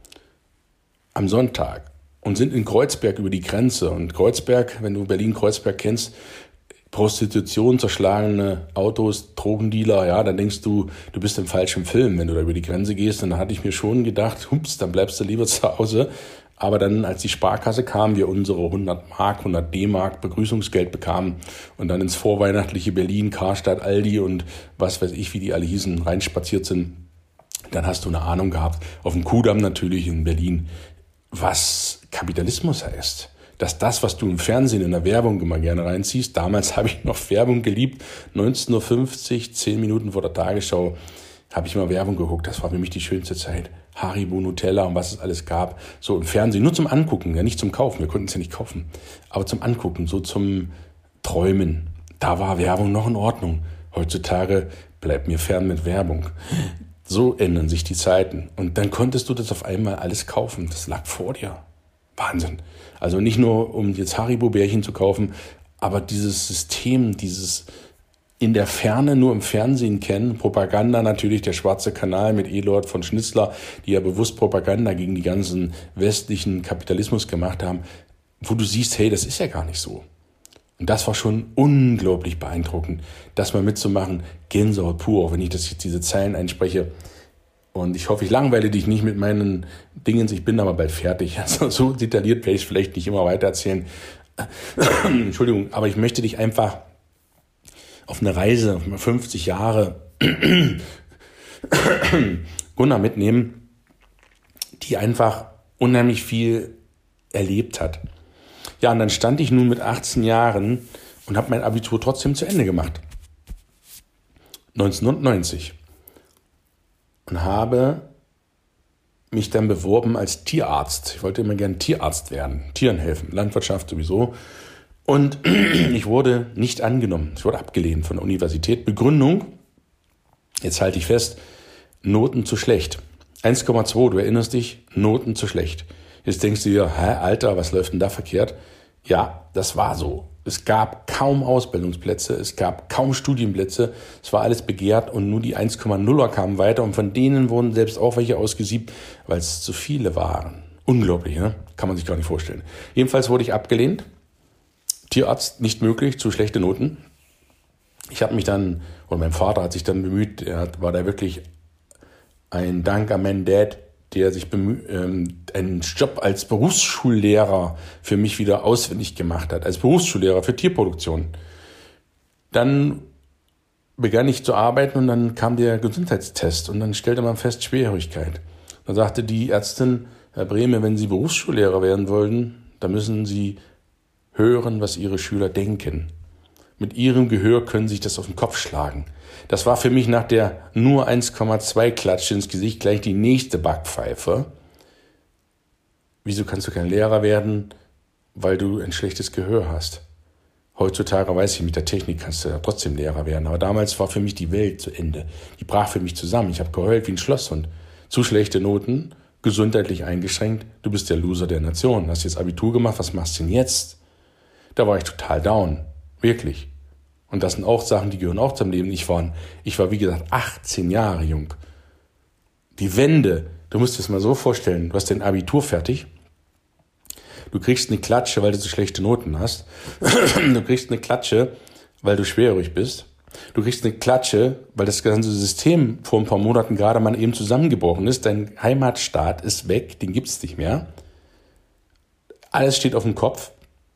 Am Sonntag. Und sind in Kreuzberg über die Grenze. Und Kreuzberg, wenn du Berlin-Kreuzberg kennst, Prostitution, zerschlagene Autos, Drogendealer, ja, dann denkst du, du bist im falschen Film, wenn du da über die Grenze gehst. Und dann hatte ich mir schon gedacht, hups, dann bleibst du lieber zu Hause. Aber dann, als die Sparkasse kam, wir unsere 100 Mark, 100 D-Mark Begrüßungsgeld bekamen und dann ins vorweihnachtliche Berlin, Karstadt, Aldi und was weiß ich, wie die alle hießen, reinspaziert sind, dann hast du eine Ahnung gehabt, auf dem Kudamm natürlich in Berlin, was Kapitalismus heißt. Dass das, was du im Fernsehen in der Werbung immer gerne reinziehst, damals habe ich noch Werbung geliebt, 19.50 Uhr, 10 Minuten vor der Tagesschau, habe ich mal Werbung geguckt, das war für mich die schönste Zeit. Haribo, Nutella und was es alles gab, so im Fernsehen, nur zum Angucken, ja nicht zum Kaufen, wir konnten es ja nicht kaufen, aber zum Angucken, so zum Träumen. Da war Werbung noch in Ordnung. Heutzutage bleibt mir fern mit Werbung. So ändern sich die Zeiten. Und dann konntest du das auf einmal alles kaufen, das lag vor dir. Wahnsinn. Also nicht nur, um jetzt Haribo-Bärchen zu kaufen, aber dieses System, dieses in der Ferne nur im Fernsehen kennen, Propaganda natürlich, der schwarze Kanal mit Elord von Schnitzler, die ja bewusst Propaganda gegen die ganzen westlichen Kapitalismus gemacht haben, wo du siehst, hey, das ist ja gar nicht so. Und das war schon unglaublich beeindruckend, das mal mitzumachen, Gänsehaut pur, auch wenn ich das jetzt diese Zeilen einspreche. Und ich hoffe, ich langweile dich nicht mit meinen Dingen. Ich bin aber bald fertig. Also so detailliert werde ich es vielleicht nicht immer weiter erzählen. Entschuldigung, aber ich möchte dich einfach auf eine Reise, auf 50 Jahre Gunnar mitnehmen, die einfach unheimlich viel erlebt hat. Ja, und dann stand ich nun mit 18 Jahren und habe mein Abitur trotzdem zu Ende gemacht. 1990. Und habe mich dann beworben als Tierarzt. Ich wollte immer gerne Tierarzt werden, Tieren helfen, Landwirtschaft sowieso. Und ich wurde nicht angenommen. Ich wurde abgelehnt von der Universität. Begründung, jetzt halte ich fest, Noten zu schlecht. 1,2, du erinnerst dich, Noten zu schlecht. Jetzt denkst du dir, Alter, was läuft denn da verkehrt? Ja, das war so. Es gab kaum Ausbildungsplätze, es gab kaum Studienplätze, es war alles begehrt und nur die 1,0er kamen weiter und von denen wurden selbst auch welche ausgesiebt, weil es zu viele waren. Unglaublich, ne? Kann man sich gar nicht vorstellen. Jedenfalls wurde ich abgelehnt. Tierarzt, nicht möglich, zu schlechte Noten. Ich habe mich dann, oder mein Vater hat sich dann bemüht, war da wirklich ein Dank an meinen Dad, der sich einen Job als Berufsschullehrer für mich wieder auswendig gemacht hat, als Berufsschullehrer für Tierproduktion. Dann begann ich zu arbeiten und dann kam der Gesundheitstest und dann stellte man fest, Schwerhörigkeit. Da sagte die Ärztin, Herr Brehme, wenn Sie Berufsschullehrer werden wollen, dann müssen Sie hören, was Ihre Schüler denken. Mit Ihrem Gehör können Sie sich das auf den Kopf schlagen. Das war für mich nach der nur 1,2 Klatsche ins Gesicht gleich die nächste Backpfeife. Wieso kannst du kein Lehrer werden? Weil du ein schlechtes Gehör hast. Heutzutage weiß ich, mit der Technik kannst du ja trotzdem Lehrer werden. Aber damals war für mich die Welt zu Ende. Die brach für mich zusammen. Ich habe geheult wie ein Schlosshund. Zu schlechte Noten, gesundheitlich eingeschränkt. Du bist der Loser der Nation. Hast jetzt Abitur gemacht, was machst du denn jetzt? Da war ich total down. Wirklich. Und das sind auch Sachen, die gehören auch zum Leben. Ich war, wie gesagt, 18 Jahre jung. Die Wende, du musst dir das mal so vorstellen, du hast dein Abitur fertig, du kriegst eine Klatsche, weil du so schlechte Noten hast, du kriegst eine Klatsche, weil du schwerhörig bist, du kriegst eine Klatsche, weil das ganze System vor ein paar Monaten gerade mal eben zusammengebrochen ist, dein Heimatstaat ist weg, den gibt's nicht mehr, alles steht auf dem Kopf.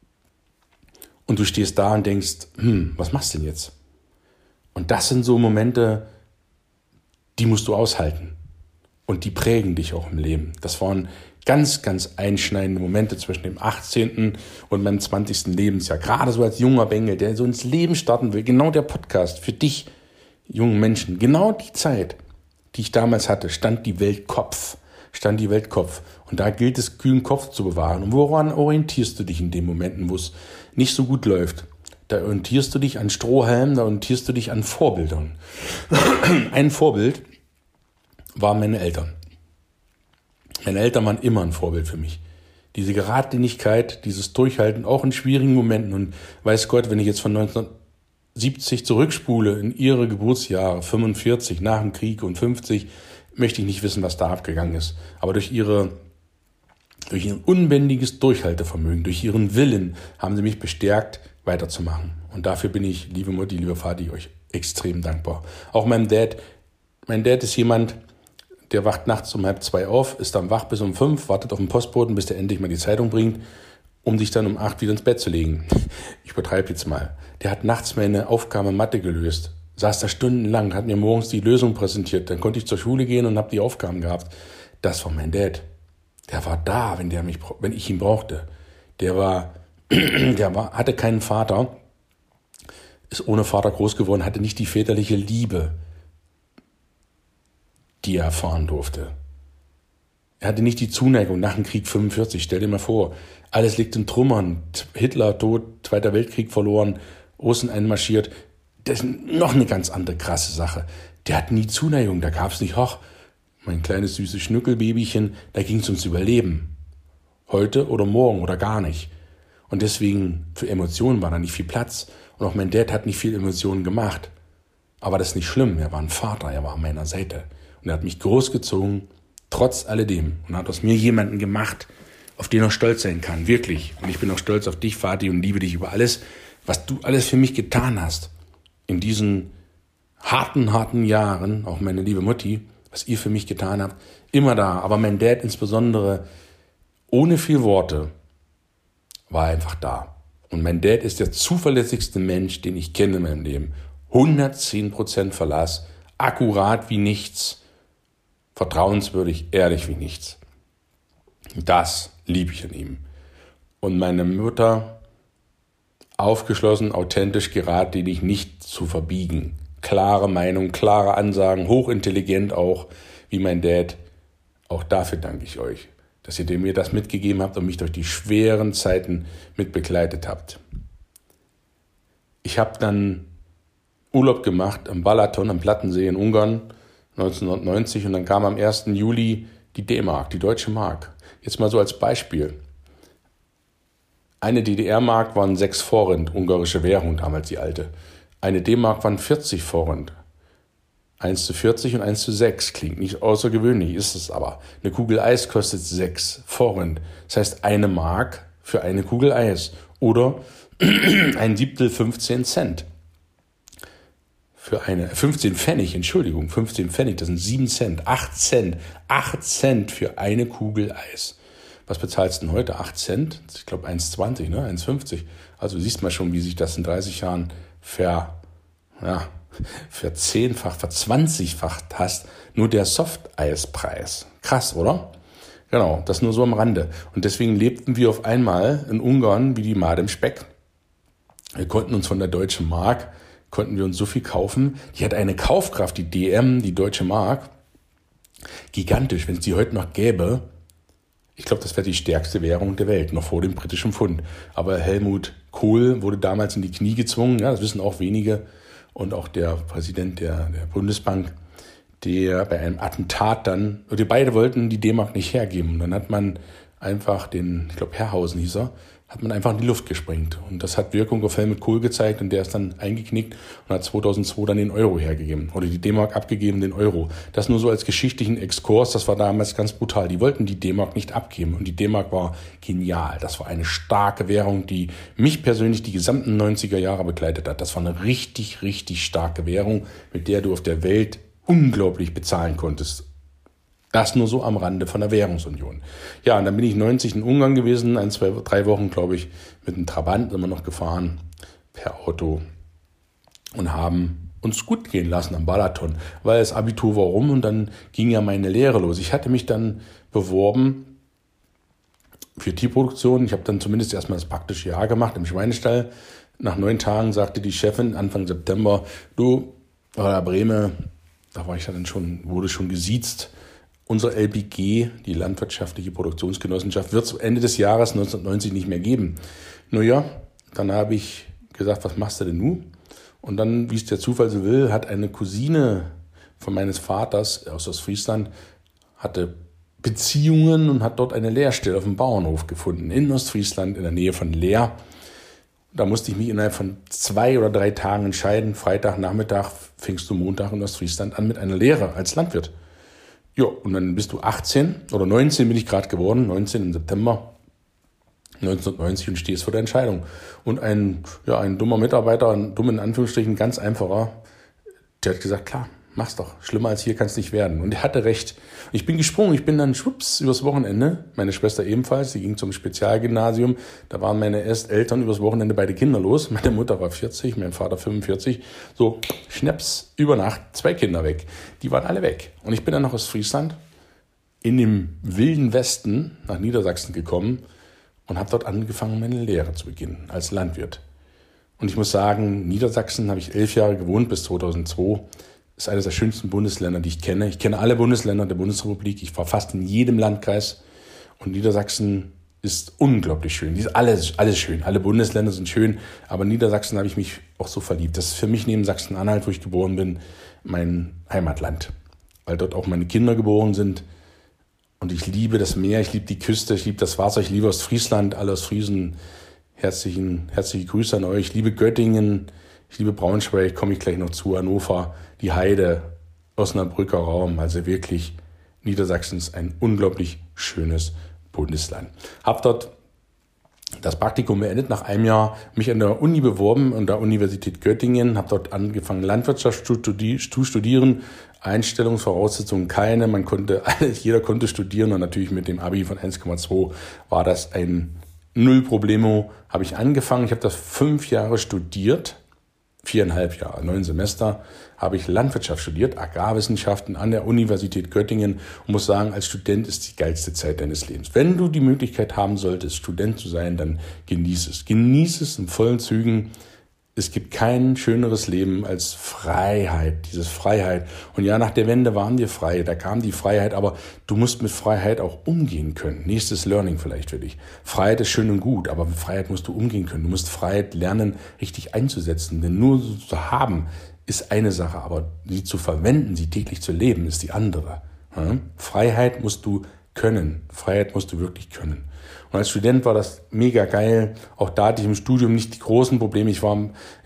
Und du stehst da und denkst, was machst du denn jetzt? Und das sind so Momente, die musst du aushalten. Und die prägen dich auch im Leben. Das waren ganz, ganz einschneidende Momente zwischen dem 18. und meinem 20. Lebensjahr. Gerade so als junger Bengel, der so ins Leben starten will. Genau der Podcast für dich, jungen Menschen. Genau die Zeit, die ich damals hatte, stand die Welt Kopf. Und da gilt es, kühlen Kopf zu bewahren. Und woran orientierst du dich in den Momenten, wo es nicht so gut läuft? Da orientierst du dich an Strohhalmen, da orientierst du dich an Vorbildern. Ein Vorbild waren meine Eltern. Meine Eltern waren immer ein Vorbild für mich. Diese Geradlinigkeit, dieses Durchhalten, auch in schwierigen Momenten. Und weiß Gott, wenn ich jetzt von 1970 zurückspule in ihre Geburtsjahre, 45 nach dem Krieg und 50, möchte ich nicht wissen, was da abgegangen ist. Aber durch ihr unbändiges Durchhaltevermögen, durch ihren Willen haben sie mich bestärkt, weiterzumachen. Und dafür bin ich, liebe Mutti, lieber Vati, euch extrem dankbar. Auch meinem Dad. Mein Dad ist jemand, der wacht nachts um 1:30 auf, ist dann wach bis um 5, wartet auf den Postboten, bis der endlich mal die Zeitung bringt, um sich dann um 8 wieder ins Bett zu legen. Ich übertreibe jetzt mal. Der hat nachts meine Aufgabe Mathe gelöst. Saß da stundenlang, hat mir morgens die Lösung präsentiert. Dann konnte ich zur Schule gehen und habe die Aufgaben gehabt. Das war mein Dad. Der war da, wenn ich ihn brauchte. Hatte keinen Vater, ist ohne Vater groß geworden, hatte nicht die väterliche Liebe, die er erfahren durfte. Er hatte nicht die Zuneigung nach dem Krieg 45. Stell dir mal vor, alles liegt in Trümmern. Hitler tot, Zweiter Weltkrieg verloren, Russen einmarschiert. Das ist noch eine ganz andere krasse Sache. Der hat nie Zuneigung, da gab es nicht, mein kleines süßes Schnückelbabychen, da ging es ums Überleben. Heute oder morgen oder gar nicht. Und deswegen, für Emotionen war da nicht viel Platz. Und auch mein Dad hat nicht viel Emotionen gemacht. Aber das ist nicht schlimm, er war ein Vater, er war an meiner Seite. Und er hat mich großgezogen, trotz alledem. Und hat aus mir jemanden gemacht, auf den er stolz sein kann, wirklich. Und ich bin auch stolz auf dich, Vati, und liebe dich über alles, was du alles für mich getan hast. In diesen harten Jahren, auch meine liebe Mutti, was ihr für mich getan habt, immer da. Aber mein Dad insbesondere, ohne viel Worte, war einfach da. Und mein Dad ist der zuverlässigste Mensch, den ich kenne in meinem Leben. 110% Verlass, akkurat wie nichts, vertrauenswürdig, ehrlich wie nichts. Das liebe ich an ihm. Und meine Mutter, aufgeschlossen, authentisch, geradlinig, nicht zu verbiegen. Klare Meinung, klare Ansagen, hochintelligent auch, wie mein Dad. Auch dafür danke ich euch, dass ihr mir das mitgegeben habt und mich durch die schweren Zeiten mit begleitet habt. Ich habe dann Urlaub gemacht am Balaton, am Plattensee in Ungarn 1990 und dann kam am 1. Juli die D-Mark, die deutsche Mark. Jetzt mal so als Beispiel. Eine DDR-Mark waren 6 Forint, ungarische Währung, damals die alte. Eine D-Mark waren 40 Forint. 1:40 und 1:6. Klingt nicht außergewöhnlich, ist es aber. Eine Kugel Eis kostet 6 Forint. Das heißt, eine Mark für eine Kugel Eis. Oder ein Siebtel 15 Cent. Für 15 Pfennig, 15 Pfennig, das sind 7 Cent, 8 Cent. 8 Cent für eine Kugel Eis. Was bezahlst du denn heute? 8 Cent? Ich glaube 1,20, ne? 1,50. Also du siehst mal schon, wie sich das in 30 Jahren verzehnfacht, verzwanzigfacht hast. Nur der Softeispreis. Krass, oder? Genau, das nur so am Rande. Und deswegen lebten wir auf einmal in Ungarn wie die Made im Speck. Wir konnten uns von der deutschen Mark, so viel kaufen. Die hat eine Kaufkraft, die DM, die deutsche Mark, gigantisch. Wenn es die heute noch gäbe, ich glaube, das wäre die stärkste Währung der Welt, noch vor dem britischen Pfund. Aber Helmut Kohl wurde damals in die Knie gezwungen, ja, das wissen auch wenige. Und auch der Präsident der Bundesbank, der bei einem Attentat dann, die beide wollten die D-Mark nicht hergeben. Und dann hat man einfach ich glaube Herrhausen hieß er, hat man einfach in die Luft gesprengt. Und das hat Wirkung auf Helmut Kohl gezeigt und der ist dann eingeknickt und hat 2002 dann den Euro hergegeben. Oder die D-Mark abgegeben, den Euro. Das nur so als geschichtlichen Exkurs, das war damals ganz brutal. Die wollten die D-Mark nicht abgeben und die D-Mark war genial. Das war eine starke Währung, die mich persönlich die gesamten 90er Jahre begleitet hat. Das war eine richtig, richtig starke Währung, mit der du auf der Welt unglaublich bezahlen konntest. Das nur so am Rande von der Währungsunion. Ja, und dann bin ich 90 in Ungarn gewesen, 1, 2, 3 Wochen, glaube ich, mit einem Trabant immer noch gefahren, per Auto, und haben uns gut gehen lassen am Balaton, weil das Abitur war rum und dann ging ja meine Lehre los. Ich hatte mich dann beworben für Tierproduktion. Ich habe dann zumindest erstmal das praktische Jahr gemacht im Schweinestall. Nach 9 Tagen sagte die Chefin Anfang September, du, Herr Brehme, da war ich dann schon, wurde schon gesiezt, unsere LPG, die Landwirtschaftliche Produktionsgenossenschaft, wird es Ende des Jahres 1990 nicht mehr geben. Naja, dann habe ich gesagt, was machst du denn nun? Und dann, wie es der Zufall so will, hat eine Cousine von meines Vaters aus Ostfriesland, hatte Beziehungen und hat dort eine Lehrstelle auf dem Bauernhof gefunden, in Ostfriesland, in der Nähe von Leer. Da musste ich mich innerhalb von 2 oder 3 Tagen entscheiden. Freitagnachmittag fängst du Montag in Ostfriesland an mit einer Lehre als Landwirt. Ja, und dann bist du 18 oder 19 bin ich gerade geworden, 19 im September. 1990 und stehst vor der Entscheidung. Und ein dummer Mitarbeiter, ein dumm in Anführungsstrichen, ganz einfacher, der hat gesagt, klar, mach's doch. Schlimmer als hier kann es nicht werden. Und er hatte recht. Ich bin gesprungen. Ich bin dann schwupps übers Wochenende. Meine Schwester ebenfalls. Die ging zum Spezialgymnasium. Da waren meine Eltern übers Wochenende beide Kinder los. Meine Mutter war 40, mein Vater 45. So, schnaps, über Nacht 2 Kinder weg. Die waren alle weg. Und ich bin dann noch aus Friesland in dem wilden Westen nach Niedersachsen gekommen und habe dort angefangen, meine Lehre zu beginnen als Landwirt. Und ich muss sagen, Niedersachsen habe ich 11 Jahre gewohnt bis 2002. Ist eines der schönsten Bundesländer, die ich kenne. Ich kenne alle Bundesländer der Bundesrepublik. Ich war fast in jedem Landkreis. Und Niedersachsen ist unglaublich schön. Alles schön. Alle Bundesländer sind schön. Aber Niedersachsen habe ich mich auch so verliebt. Das ist für mich neben Sachsen-Anhalt, wo ich geboren bin, mein Heimatland. Weil dort auch meine Kinder geboren sind. Und ich liebe das Meer, ich liebe die Küste, ich liebe das Wasser, ich liebe Ostfriesland, alle Ostfriesen. Herzliche Grüße an euch. Ich liebe Göttingen, ich liebe Braunschweig, komme ich gleich noch zu, Hannover, die Heide, Osnabrücker Raum. Also wirklich, Niedersachsen ist ein unglaublich schönes Bundesland. Habe dort das Praktikum beendet, nach einem Jahr mich an der Uni beworben, an der Universität Göttingen, habe dort angefangen, Landwirtschaft zu studieren. Einstellungsvoraussetzungen keine, jeder konnte studieren und natürlich mit dem Abi von 1,2 war das ein Null-Problemo, habe ich angefangen. Ich habe das 5 Jahre studiert, 4,5 Jahre, 9 Semester, habe ich Landwirtschaft studiert, Agrarwissenschaften an der Universität Göttingen und muss sagen, als Student ist die geilste Zeit deines Lebens. Wenn du die Möglichkeit haben solltest, Student zu sein, dann genieß es. Genieß es in vollen Zügen. Es gibt kein schöneres Leben als Freiheit, diese Freiheit. Und ja, nach der Wende waren wir frei, da kam die Freiheit, aber du musst mit Freiheit auch umgehen können. Nächstes Learning vielleicht für dich. Freiheit ist schön und gut, aber mit Freiheit musst du umgehen können. Du musst Freiheit lernen, richtig einzusetzen. Denn nur so zu haben, ist eine Sache, aber sie zu verwenden, sie täglich zu leben, ist die andere. Freiheit musst du können. Freiheit musst du wirklich können. Und als Student war das mega geil. Auch da hatte ich im Studium nicht die großen Probleme. Ich war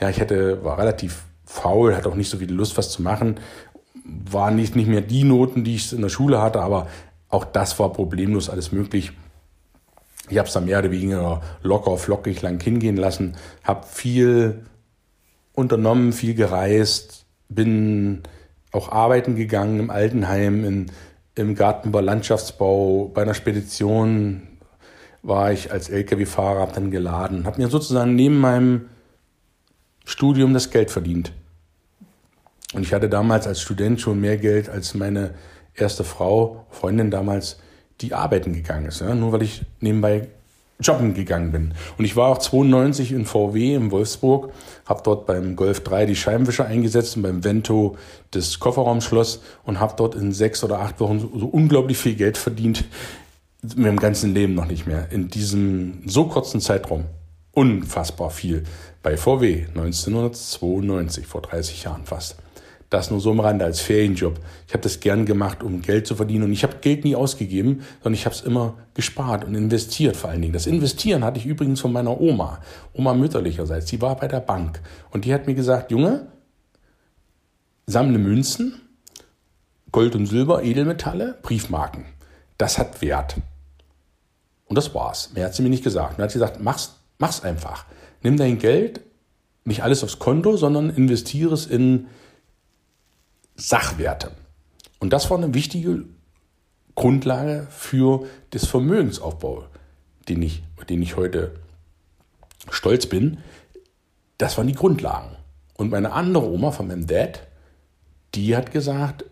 relativ faul, hatte auch nicht so viel Lust, was zu machen. War nicht mehr die Noten, die ich in der Schule hatte, aber auch das war problemlos alles möglich. Ich habe es dann mehr oder weniger locker, flockig lang hingehen lassen, habe viel unternommen, viel gereist, bin auch arbeiten gegangen im Altenheim, im Gartenbau, Landschaftsbau, bei einer Spedition war ich als LKW-Fahrer, habe dann geladen, habe mir sozusagen neben meinem Studium das Geld verdient. Und ich hatte damals als Student schon mehr Geld als meine erste Freundin damals, die arbeiten gegangen ist, ja, nur weil ich nebenbei jobben gegangen bin. Und ich war auch 92 in VW in Wolfsburg, habe dort beim Golf 3 die Scheibenwischer eingesetzt und beim Vento das Kofferraumschloss und habe dort in 6 oder 8 Wochen so unglaublich viel Geld verdient, mir im ganzen Leben noch nicht mehr. In diesem so kurzen Zeitraum unfassbar viel. Bei VW 1992, vor 30 Jahren fast. Das nur so am Rande als Ferienjob. Ich habe das gern gemacht, um Geld zu verdienen. Und ich habe Geld nie ausgegeben, sondern ich habe es immer gespart und investiert vor allen Dingen. Das Investieren hatte ich übrigens von meiner Oma mütterlicherseits. Die war bei der Bank. Und die hat mir gesagt, Junge, sammle Münzen, Gold und Silber, Edelmetalle, Briefmarken. Das hat Wert. Und das war's. Mehr hat sie mir nicht gesagt. Und dann hat sie gesagt, mach's einfach. Nimm dein Geld, nicht alles aufs Konto, sondern investiere es in Sachwerte. Und das war eine wichtige Grundlage für das Vermögensaufbau, den ich heute stolz bin. Das waren die Grundlagen. Und meine andere Oma von meinem Dad, die hat gesagt,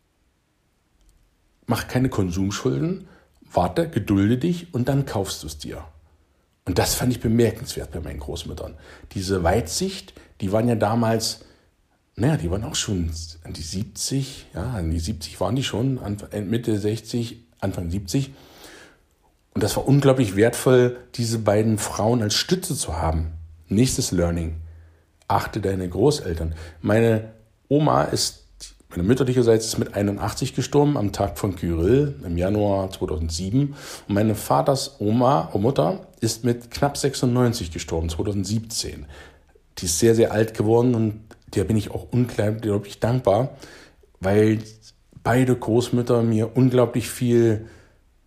mach keine Konsumschulden, warte, gedulde dich und dann kaufst du es dir. Und das fand ich bemerkenswert bei meinen Großmüttern. Diese Weitsicht, die waren ja damals, die waren auch schon an die 70, an die 70 waren die schon, Mitte 60, Anfang 70. Und das war unglaublich wertvoll, diese beiden Frauen als Stütze zu haben. Nächstes Learning. Achte deine Großeltern. Meine Oma meine mütterlicherseits ist mit 81 gestorben, am Tag von Kyrill im Januar 2007. Und meine Vaters Mutter ist mit knapp 96 gestorben, 2017. Die ist sehr, sehr alt geworden und der bin ich auch unglaublich dankbar, weil beide Großmütter mir unglaublich viel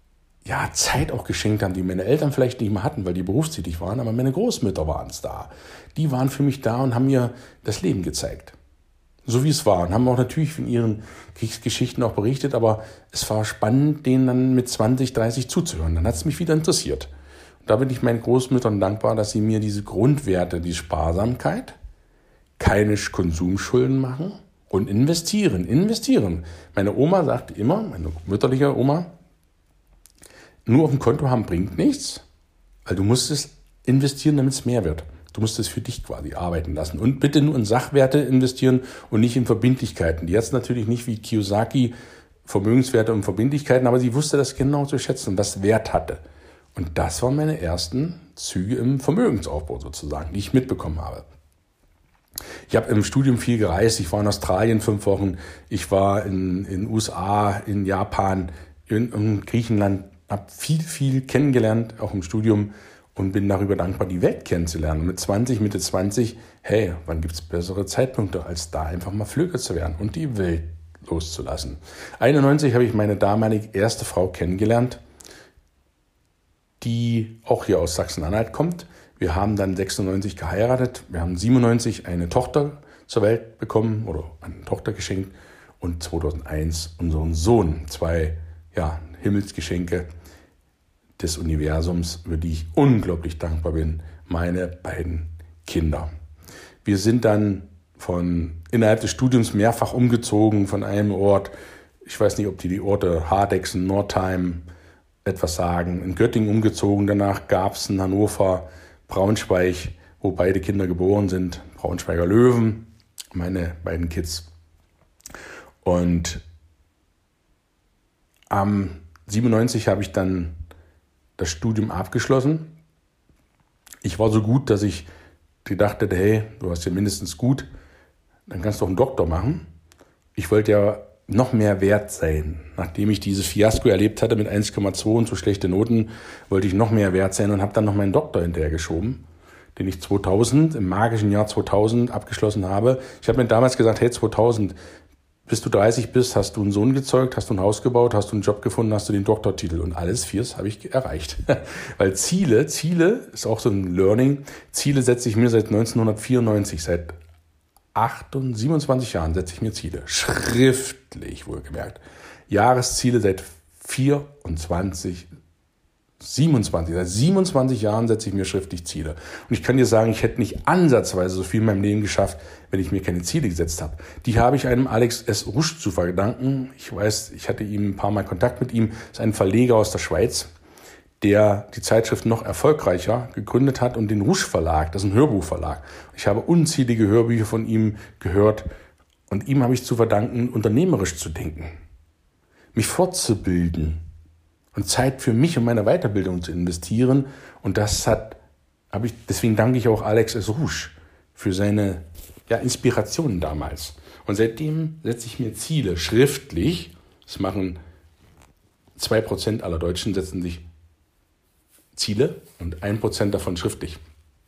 Zeit auch geschenkt haben, die meine Eltern vielleicht nicht mehr hatten, weil die berufstätig waren, aber meine Großmütter waren es da. Die waren für mich da und haben mir das Leben gezeigt. So wie es war. Und haben auch natürlich von ihren Kriegsgeschichten auch berichtet, aber es war spannend, denen dann mit 20, 30 zuzuhören. Dann hat es mich wieder interessiert. Und da bin ich meinen Großmüttern dankbar, dass sie mir diese Grundwerte, die Sparsamkeit, keine Konsumschulden machen und investieren. Meine Oma sagte immer, meine mütterliche Oma, nur auf dem Konto haben bringt nichts, weil du musst es investieren, damit es mehr wird. Du musst es für dich quasi arbeiten lassen. Und bitte nur in Sachwerte investieren und nicht in Verbindlichkeiten. Die hat es natürlich nicht wie Kiyosaki Vermögenswerte und Verbindlichkeiten, aber sie wusste das genau zu schätzen und was Wert hatte. Und das waren meine ersten Züge im Vermögensaufbau sozusagen, die ich mitbekommen habe. Ich habe im Studium viel gereist. Ich war in Australien 5 Wochen. Ich war in USA, in Japan, in Griechenland. Habe viel kennengelernt, auch im Studium, und bin darüber dankbar, die Welt kennenzulernen. Und mit Mitte 20, hey, wann gibt es bessere Zeitpunkte, als da einfach mal Flöger zu werden und die Welt loszulassen. 91 habe ich meine damalige erste Frau kennengelernt, die auch hier aus Sachsen-Anhalt kommt. Wir haben dann 96 geheiratet. Wir haben 97 eine Tochter zur Welt bekommen oder eine Tochter geschenkt und 2001 unseren Sohn. 2 Himmelsgeschenke des Universums, über die ich unglaublich dankbar bin, meine beiden Kinder. Wir sind dann innerhalb des Studiums mehrfach umgezogen von einem Ort. Ich weiß nicht, ob die Orte Hardegsen, Nordheim etwas sagen. In Göttingen umgezogen, danach gab es in Hannover, Braunschweig, wo beide Kinder geboren sind, Braunschweiger Löwen, meine beiden Kids. Und am 97 habe ich dann das Studium abgeschlossen. Ich war so gut, dass ich gedacht hätte, hey, du hast ja mindestens gut, dann kannst du auch einen Doktor machen. Ich wollte ja noch mehr wert sein. Nachdem ich dieses Fiasko erlebt hatte mit 1,2 und so schlechte Noten, wollte ich noch mehr wert sein und habe dann noch meinen Doktor hinterher geschoben, den ich im magischen Jahr 2000 abgeschlossen habe. Ich habe mir damals gesagt, hey, 2000, bis du 30 bist, hast du einen Sohn gezeugt, hast du ein Haus gebaut, hast du einen Job gefunden, hast du den Doktortitel und alles 4 habe ich erreicht. Weil Ziele ist auch so ein Learning, Ziele setze ich mir seit 1994, seit 27 Jahren setze ich mir Ziele, schriftlich wohlgemerkt. Jahresziele seit 27 Jahren setze ich mir schriftlich Ziele. Und ich kann dir sagen, ich hätte nicht ansatzweise so viel in meinem Leben geschafft, wenn ich mir keine Ziele gesetzt habe. Die habe ich einem Alex S. Rusch zu verdanken. Ich weiß, ich hatte ihm ein paar Mal Kontakt mit ihm. Das ist ein Verleger aus der Schweiz, der die Zeitschrift noch erfolgreicher gegründet hat und den Rusch Verlag, das ist ein Hörbuchverlag. Ich habe unzählige Hörbücher von ihm gehört und ihm habe ich zu verdanken, unternehmerisch zu denken, mich fortzubilden und Zeit für mich und meine Weiterbildung zu investieren. Und deswegen danke ich auch Alex S. Rusch für seine Inspirationen damals. Und seitdem setze ich mir Ziele schriftlich. Das machen 2% aller Deutschen, setzen sich Ziele und 1% davon schriftlich.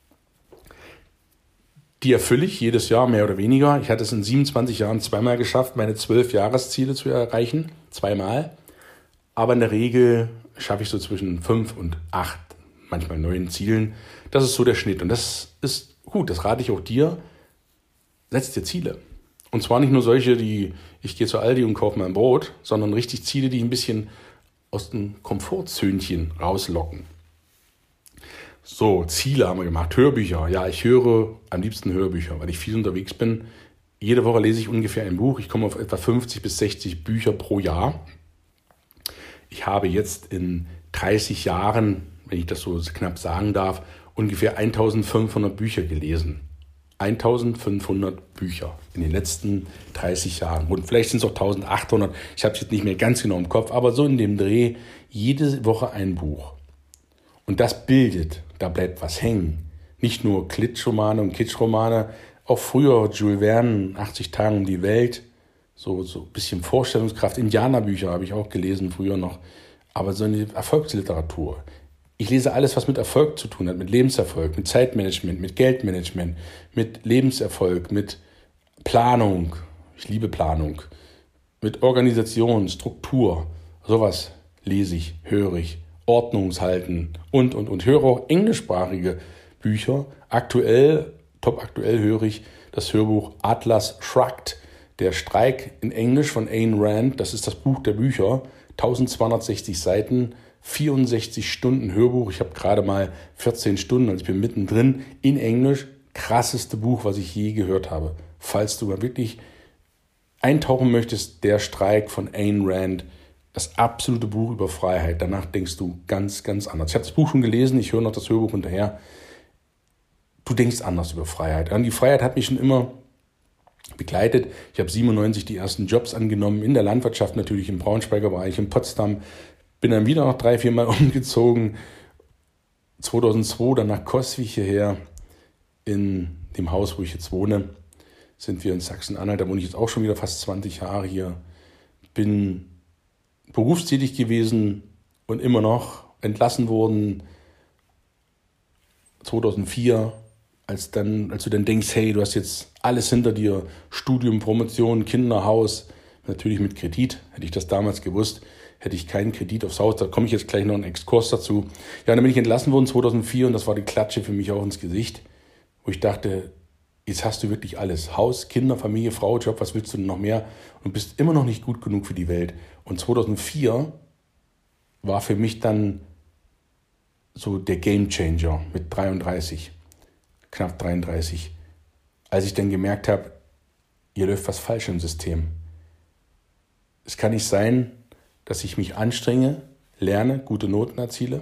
Die erfülle ich jedes Jahr mehr oder weniger. Ich hatte es in 27 Jahren 2-mal geschafft, meine 12 Jahresziele zu erreichen. 2-mal. Aber in der Regel schaffe ich so zwischen 5 und 8, manchmal 9 Zielen. Das ist so der Schnitt. Und das ist gut, das rate ich auch dir. Setz dir Ziele. Und zwar nicht nur solche, ich gehe zu Aldi und kaufe mein Brot, sondern richtig Ziele, die ein bisschen aus dem Komfortzönchen rauslocken. So, Ziele haben wir gemacht. Hörbücher. Ja, ich höre am liebsten Hörbücher, weil ich viel unterwegs bin. Jede Woche lese ich ungefähr ein Buch. Ich komme auf etwa 50 bis 60 Bücher pro Jahr. Ich habe jetzt in 30 Jahren, wenn ich das so knapp sagen darf, ungefähr 1500 Bücher gelesen. 1500 Bücher in den letzten 30 Jahren. Und vielleicht sind es auch 1800. Ich habe es jetzt nicht mehr ganz genau im Kopf, aber so in dem Dreh jede Woche ein Buch. Und das bildet, da bleibt was hängen. Nicht nur Klitschromane und Kitschromane, auch früher Jules Verne, 80 Tage um die Welt, so ein bisschen Vorstellungskraft. Indianerbücher habe ich auch gelesen früher noch, aber so eine Erfolgsliteratur. Ich lese alles, was mit Erfolg zu tun hat, mit Lebenserfolg, mit Zeitmanagement, mit Geldmanagement, mit Lebenserfolg, mit Planung. Ich liebe Planung. Mit Organisation, Struktur, sowas lese ich, höre ich Ordnungshalten und höre auch englischsprachige Bücher. Top aktuell höre ich das Hörbuch Atlas Shrugged, der Streik in Englisch von Ayn Rand. Das ist das Buch der Bücher, 1260 Seiten, 64 Stunden Hörbuch. Ich habe gerade mal 14 Stunden, also ich bin mittendrin in Englisch. Krasseste Buch, was ich je gehört habe. Falls du mal wirklich eintauchen möchtest, der Streik von Ayn Rand, das absolute Buch über Freiheit. Danach denkst du ganz, ganz anders. Ich habe das Buch schon gelesen, ich höre noch das Hörbuch hinterher. Du denkst anders über Freiheit. Und die Freiheit hat mich schon immer begleitet. Ich habe 97 die ersten Jobs angenommen, in der Landwirtschaft natürlich, im Braunschweiger Bereich, in Potsdam. Bin dann wieder noch 3-4 Mal umgezogen. 2002 dann nach Coswig hierher, in dem Haus, wo ich jetzt wohne, sind wir in Sachsen-Anhalt. Da wohne ich jetzt auch schon wieder fast 20 Jahre hier. Bin berufstätig gewesen und immer noch entlassen worden. 2004, als du dann denkst, hey, du hast jetzt alles hinter dir, Studium, Promotion, Kinder, Haus, natürlich mit Kredit. Hätte ich das damals gewusst, hätte ich keinen Kredit aufs Haus. Da komme ich jetzt gleich noch einen Exkurs dazu. Ja, dann bin ich entlassen worden 2004 und das war die Klatsche für mich auch ins Gesicht, wo ich dachte, jetzt hast du wirklich alles. Haus, Kinder, Familie, Frau, Job, was willst du denn noch mehr? Und bist immer noch nicht gut genug für die Welt. Und 2004 war für mich dann so der Gamechanger mit 33, knapp 33. Als ich dann gemerkt habe, hier läuft was falsch im System. Es kann nicht sein, dass ich mich anstrenge, lerne, gute Noten erziele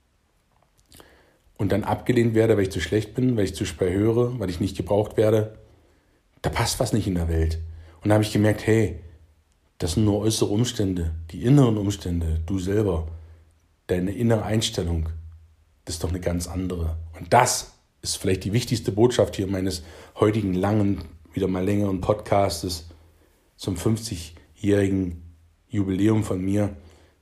und dann abgelehnt werde, weil ich zu schlecht bin, weil ich zu schwer höre, weil ich nicht gebraucht werde. Da passt was nicht in der Welt. Und da habe ich gemerkt, hey, das sind nur äußere Umstände, die inneren Umstände, du selber, deine innere Einstellung, das ist doch eine ganz andere. Und das ist vielleicht die wichtigste Botschaft hier meines heutigen langen, wieder mal längeren Podcastes zum 50-jährigen Jubiläum von mir.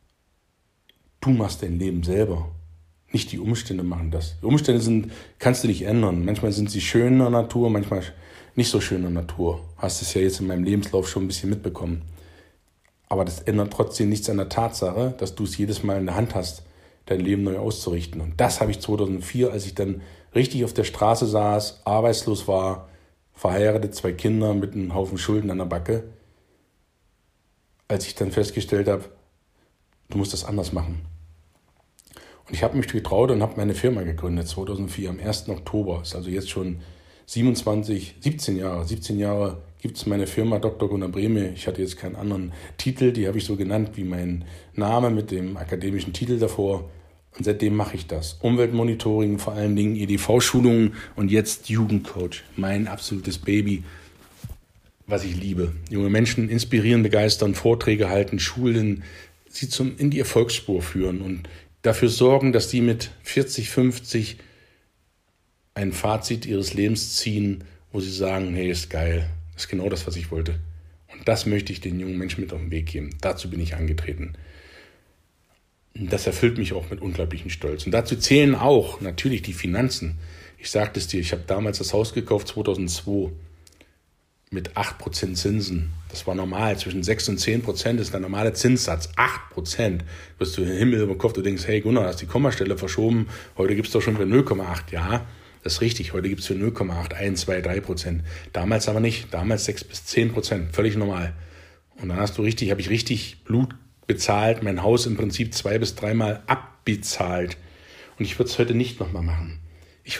Du machst dein Leben selber. Nicht die Umstände machen das. Die Umstände kannst du nicht ändern. Manchmal sind sie schöner Natur, manchmal nicht so schöner Natur. Hast es ja jetzt in meinem Lebenslauf schon ein bisschen mitbekommen. Aber das ändert trotzdem nichts an der Tatsache, dass du es jedes Mal in der Hand hast, dein Leben neu auszurichten. Und das habe ich 2004, als ich dann richtig auf der Straße saß, arbeitslos war, verheiratet, 2 Kinder mit einem Haufen Schulden an der Backe, als ich dann festgestellt habe, du musst das anders machen. Und ich habe mich getraut und habe meine Firma gegründet, 2004, am 1. Oktober. Ist also jetzt schon 17 Jahre gibt es meine Firma Dr. Gunnar Brehme. Ich hatte jetzt keinen anderen Titel, die habe ich so genannt wie mein Name mit dem akademischen Titel davor. Und seitdem mache ich das. Umweltmonitoring, vor allen Dingen EDV-Schulungen und jetzt Jugendcoach. Mein absolutes Baby, was ich liebe. Junge Menschen inspirieren, begeistern, Vorträge halten, schulen, sie in die Erfolgsspur führen und dafür sorgen, dass die mit 40, 50 ein Fazit ihres Lebens ziehen, wo sie sagen, hey, ist geil, das ist genau das, was ich wollte. Und das möchte ich den jungen Menschen mit auf den Weg geben. Dazu bin ich angetreten. Das erfüllt mich auch mit unglaublichem Stolz. Und dazu zählen auch natürlich die Finanzen. Ich sagte es dir, ich habe damals das Haus gekauft, 2002, mit 8% Zinsen. Das war normal. Zwischen 6 und 10% ist der normale Zinssatz. 8%. Wirst du den Himmel über den Kopf, du denkst, hey Gunnar, hast die Kommastelle verschoben. Heute gibt es doch schon für 0,8. Ja, das ist richtig. Heute gibt es für 0,8, 1, 2, 3%. Damals aber nicht. Damals 6 bis 10%. Völlig normal. Und dann habe ich richtig Blut bezahlt. Mein Haus im Prinzip 2 bis 3 Mal abbezahlt. Und ich würde es heute nicht nochmal machen. Ich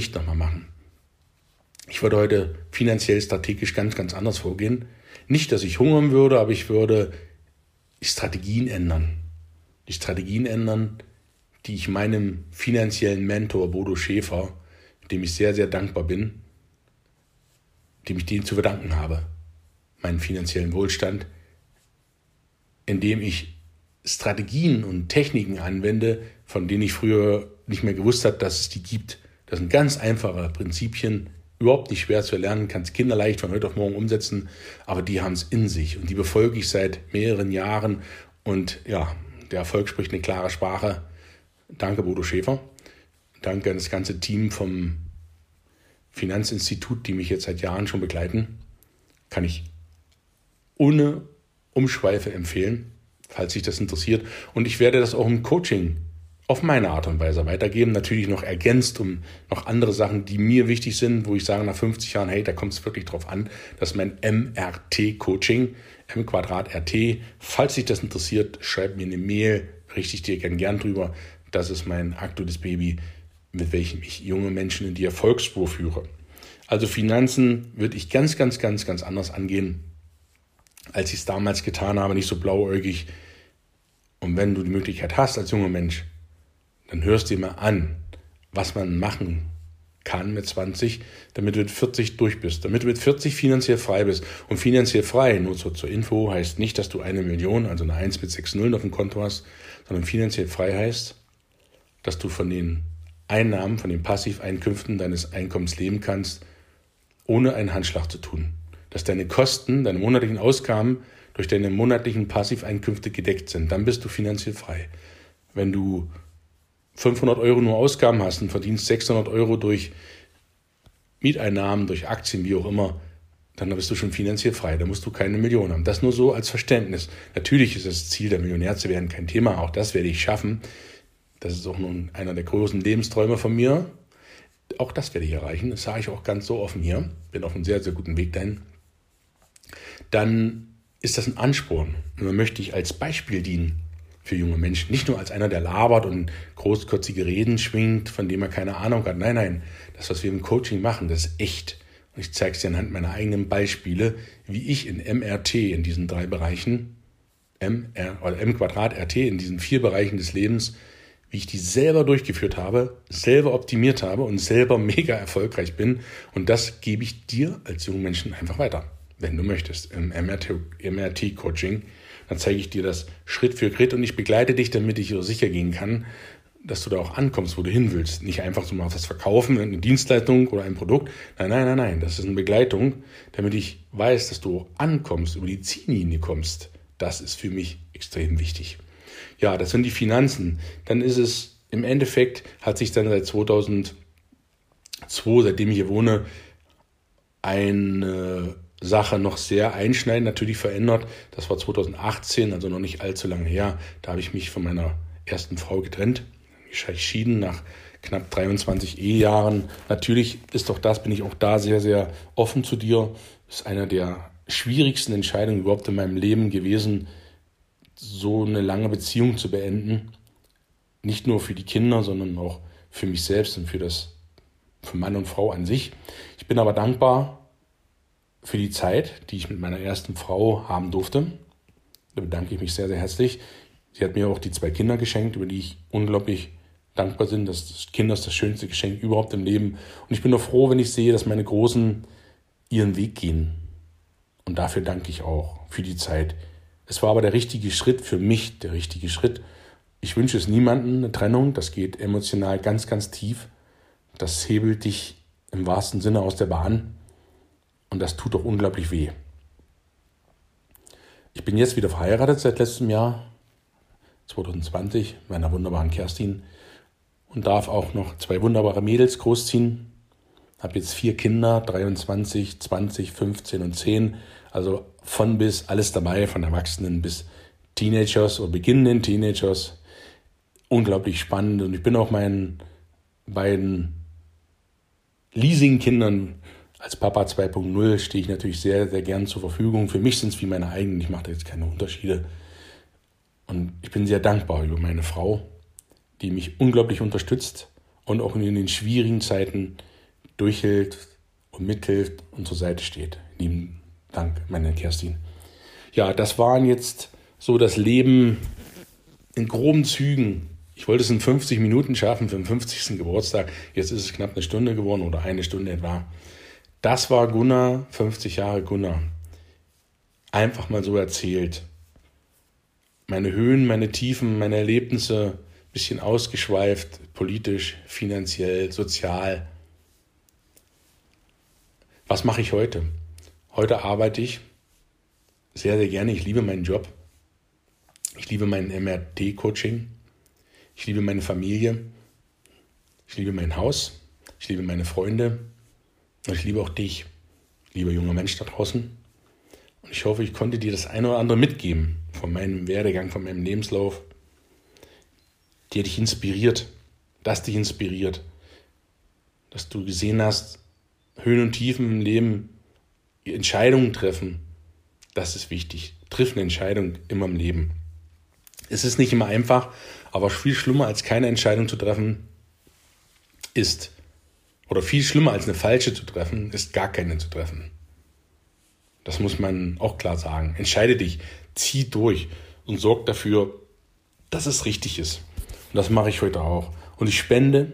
würde heute finanziell, strategisch ganz, ganz anders vorgehen. Nicht, dass ich hungern würde, aber ich würde die Strategien ändern. Die Strategien ändern, die ich meinem finanziellen Mentor Bodo Schäfer, dem ich sehr, sehr dankbar bin, dem ich den zu verdanken habe, meinen finanziellen Wohlstand, indem ich Strategien und Techniken anwende, von denen ich früher nicht mehr gewusst habe, dass es die gibt. Das sind ganz einfache Prinzipien, überhaupt nicht schwer zu erlernen, kannst kinderleicht von heute auf morgen umsetzen, aber die haben es in sich und die befolge ich seit mehreren Jahren und ja, der Erfolg spricht eine klare Sprache. Danke Bodo Schäfer, danke an das ganze Team vom Finanzinstitut, die mich jetzt seit Jahren schon begleiten, kann ich ohne Umschweife empfehlen, falls sich das interessiert und ich werde das auch im Coaching auf meine Art und Weise weitergeben. Natürlich noch ergänzt um noch andere Sachen, die mir wichtig sind, wo ich sage nach 50 Jahren, hey, da kommt es wirklich drauf an, dass mein MRT-Coaching, M²RT, falls dich das interessiert, schreib mir eine Mail, richte ich dir gern drüber. Das ist mein aktuelles Baby, mit welchem ich junge Menschen in die Erfolgsspur führe. Also Finanzen würde ich ganz anders angehen, als ich es damals getan habe, nicht so blauäugig. Und wenn du die Möglichkeit hast als junger Mensch, dann hörst du dir mal an, was man machen kann mit 20, damit du mit 40 durch bist, damit du mit 40 finanziell frei bist. Und finanziell frei, nur so zur Info, heißt nicht, dass du 1 Million, also eine 1 mit 6 Nullen auf dem Konto hast, sondern finanziell frei heißt, dass du von den Einnahmen, von den Passiveinkünften deines Einkommens leben kannst, ohne einen Handschlag zu tun. Dass deine Kosten, deine monatlichen Ausgaben durch deine monatlichen Passiveinkünfte gedeckt sind. Dann bist du finanziell frei. Wenn du 500 Euro nur Ausgaben hast und verdienst 600 Euro durch Mieteinnahmen, durch Aktien, wie auch immer, dann bist du schon finanziell frei. Da musst du keine Million haben. Das nur so als Verständnis. Natürlich ist das Ziel, der Millionär zu werden, kein Thema. Auch das werde ich schaffen. Das ist auch nun einer der großen Lebensträume von mir. Auch das werde ich erreichen. Das sage ich auch ganz so offen hier. Bin auf einem sehr guten Weg dahin. Dann ist das ein Ansporn. Und dann möchte ich als Beispiel dienen für junge Menschen. Nicht nur als einer, der labert und großkotzige Reden schwingt, von dem er keine Ahnung hat. Nein. Das, was wir im Coaching machen, das ist echt. Und ich zeige es dir anhand meiner eigenen Beispiele, wie ich in MRT, in diesen 3 Bereichen, M²RT, in diesen 4 Bereichen des Lebens, wie ich die selber durchgeführt habe, selber optimiert habe und selber mega erfolgreich bin. Und das gebe ich dir als jungen Menschen einfach weiter, wenn du möchtest, im MRT-Coaching. Dann zeige ich dir das Schritt für Schritt und ich begleite dich, damit ich so sicher gehen kann, dass du da auch ankommst, wo du hin willst. Nicht einfach so mal was verkaufen, eine Dienstleistung oder ein Produkt. Nein. Das ist eine Begleitung, damit ich weiß, dass du auch ankommst, über die Ziellinie kommst. Das ist für mich extrem wichtig. Ja, das sind die Finanzen. Dann ist es, im Endeffekt hat sich dann seit 2002, seitdem ich hier wohne, eine Sache noch sehr einschneidend natürlich verändert. Das war 2018, also noch nicht allzu lange her. Da habe ich mich von meiner ersten Frau getrennt, geschieden nach knapp 23 Ehejahren. Natürlich bin ich auch da sehr offen zu dir. Das ist einer der schwierigsten Entscheidungen überhaupt in meinem Leben gewesen, so eine lange Beziehung zu beenden. Nicht nur für die Kinder, sondern auch für mich selbst und für Mann und Frau an sich. Ich bin aber dankbar für die Zeit, die ich mit meiner ersten Frau haben durfte. Da bedanke ich mich sehr herzlich. Sie hat mir auch die 2 Kinder geschenkt, über die ich unglaublich dankbar bin. Das Kinder ist das schönste Geschenk überhaupt im Leben. Und ich bin nur froh, wenn ich sehe, dass meine Großen ihren Weg gehen. Und dafür danke ich auch für die Zeit. Es war aber der richtige Schritt für mich, der richtige Schritt. Ich wünsche es niemandem, eine Trennung. Das geht emotional ganz tief. Das hebelt dich im wahrsten Sinne aus der Bahn. Und das tut doch unglaublich weh. Ich bin jetzt wieder verheiratet seit letztem Jahr, 2020, mit meiner wunderbaren Kerstin. Und darf auch noch 2 wunderbare Mädels großziehen. Habe jetzt 4 Kinder, 23, 20, 15 und 10. Also von bis alles dabei, von Erwachsenen bis Teenagers oder beginnenden Teenagers. Unglaublich spannend. Und ich bin auch meinen beiden Leasing-Kindern als Papa 2.0 stehe ich natürlich sehr gern zur Verfügung. Für mich sind es wie meine eigenen. Ich mache da jetzt keine Unterschiede. Und ich bin sehr dankbar über meine Frau, die mich unglaublich unterstützt und auch in den schwierigen Zeiten durchhält und mithilft und zur Seite steht. Lieben Dank, meine Kerstin. Ja, das waren jetzt so das Leben in groben Zügen. Ich wollte es in 50 Minuten schaffen für den 50. Geburtstag. Jetzt ist es knapp eine Stunde geworden oder eine Stunde etwa. Das war Gunnar, 50 Jahre Gunnar. Einfach mal so erzählt. Meine Höhen, meine Tiefen, meine Erlebnisse, ein bisschen ausgeschweift, politisch, finanziell, sozial. Was mache ich heute? Heute arbeite ich sehr gerne. Ich liebe meinen Job. Ich liebe mein MRT-Coaching. Ich liebe meine Familie. Ich liebe mein Haus. Ich liebe meine Freunde. Und ich liebe auch dich, lieber junger Mensch da draußen. Und ich hoffe, ich konnte dir das eine oder andere mitgeben von meinem Werdegang, von meinem Lebenslauf. der dich inspiriert, dass du gesehen hast, Höhen und Tiefen im Leben, Entscheidungen treffen, das ist wichtig. Triff eine Entscheidung immer im Leben. Es ist nicht immer einfach, aber viel schlimmer als keine Entscheidung zu treffen ist, oder viel schlimmer als eine falsche zu treffen, ist gar keine zu treffen. Das muss man auch klar sagen. Entscheide dich, zieh durch und sorg dafür, dass es richtig ist. Und das mache ich heute auch. Und ich spende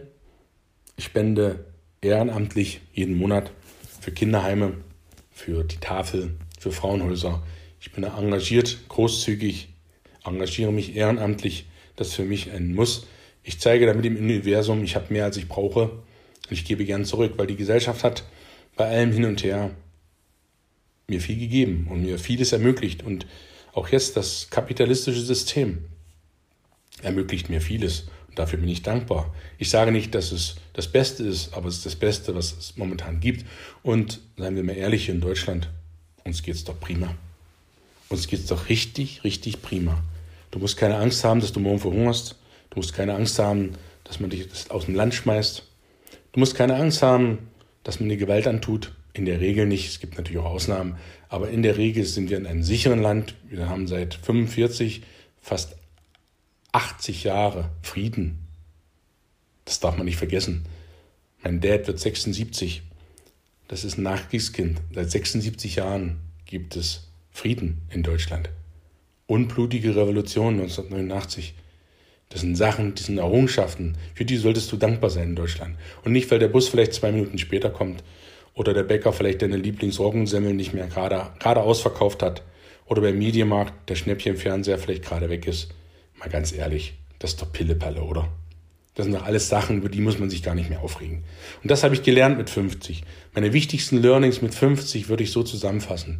ehrenamtlich jeden Monat für Kinderheime, für die Tafel, für Frauenhäuser. Ich bin da engagiert, großzügig, engagiere mich ehrenamtlich. Das ist für mich ein Muss. Ich zeige damit dem Universum, ich habe mehr, als ich brauche. Und ich gebe gern zurück, weil die Gesellschaft hat bei allem hin und her mir viel gegeben und mir vieles ermöglicht. Und auch jetzt das kapitalistische System ermöglicht mir vieles. Und dafür bin ich dankbar. Ich sage nicht, dass es das Beste ist, aber es ist das Beste, was es momentan gibt. Und seien wir mal ehrlich, in Deutschland, uns geht es doch prima. Uns geht es doch richtig, richtig prima. Du musst keine Angst haben, dass du morgen verhungerst. Du musst keine Angst haben, dass man dich aus dem Land schmeißt. Du musst keine Angst haben, dass man dir Gewalt antut. In der Regel nicht. Es gibt natürlich auch Ausnahmen. Aber in der Regel sind wir in einem sicheren Land. Wir haben seit 45, fast 80 Jahre Frieden. Das darf man nicht vergessen. Mein Dad wird 76. Das ist ein Nachkriegskind. Seit 76 Jahren gibt es Frieden in Deutschland. Unblutige Revolution 1989. Das sind Sachen, die sind Errungenschaften. Für die solltest du dankbar sein in Deutschland. Und nicht, weil der Bus vielleicht 2 Minuten später kommt oder der Bäcker vielleicht deine Lieblingsroggensemmeln nicht mehr gerade ausverkauft hat oder beim Mediamarkt der Schnäppchenfernseher vielleicht gerade weg ist. Mal ganz ehrlich, das ist doch Pillepalle, oder? Das sind doch alles Sachen, über die muss man sich gar nicht mehr aufregen. Und das habe ich gelernt mit 50. Meine wichtigsten Learnings mit 50 würde ich so zusammenfassen.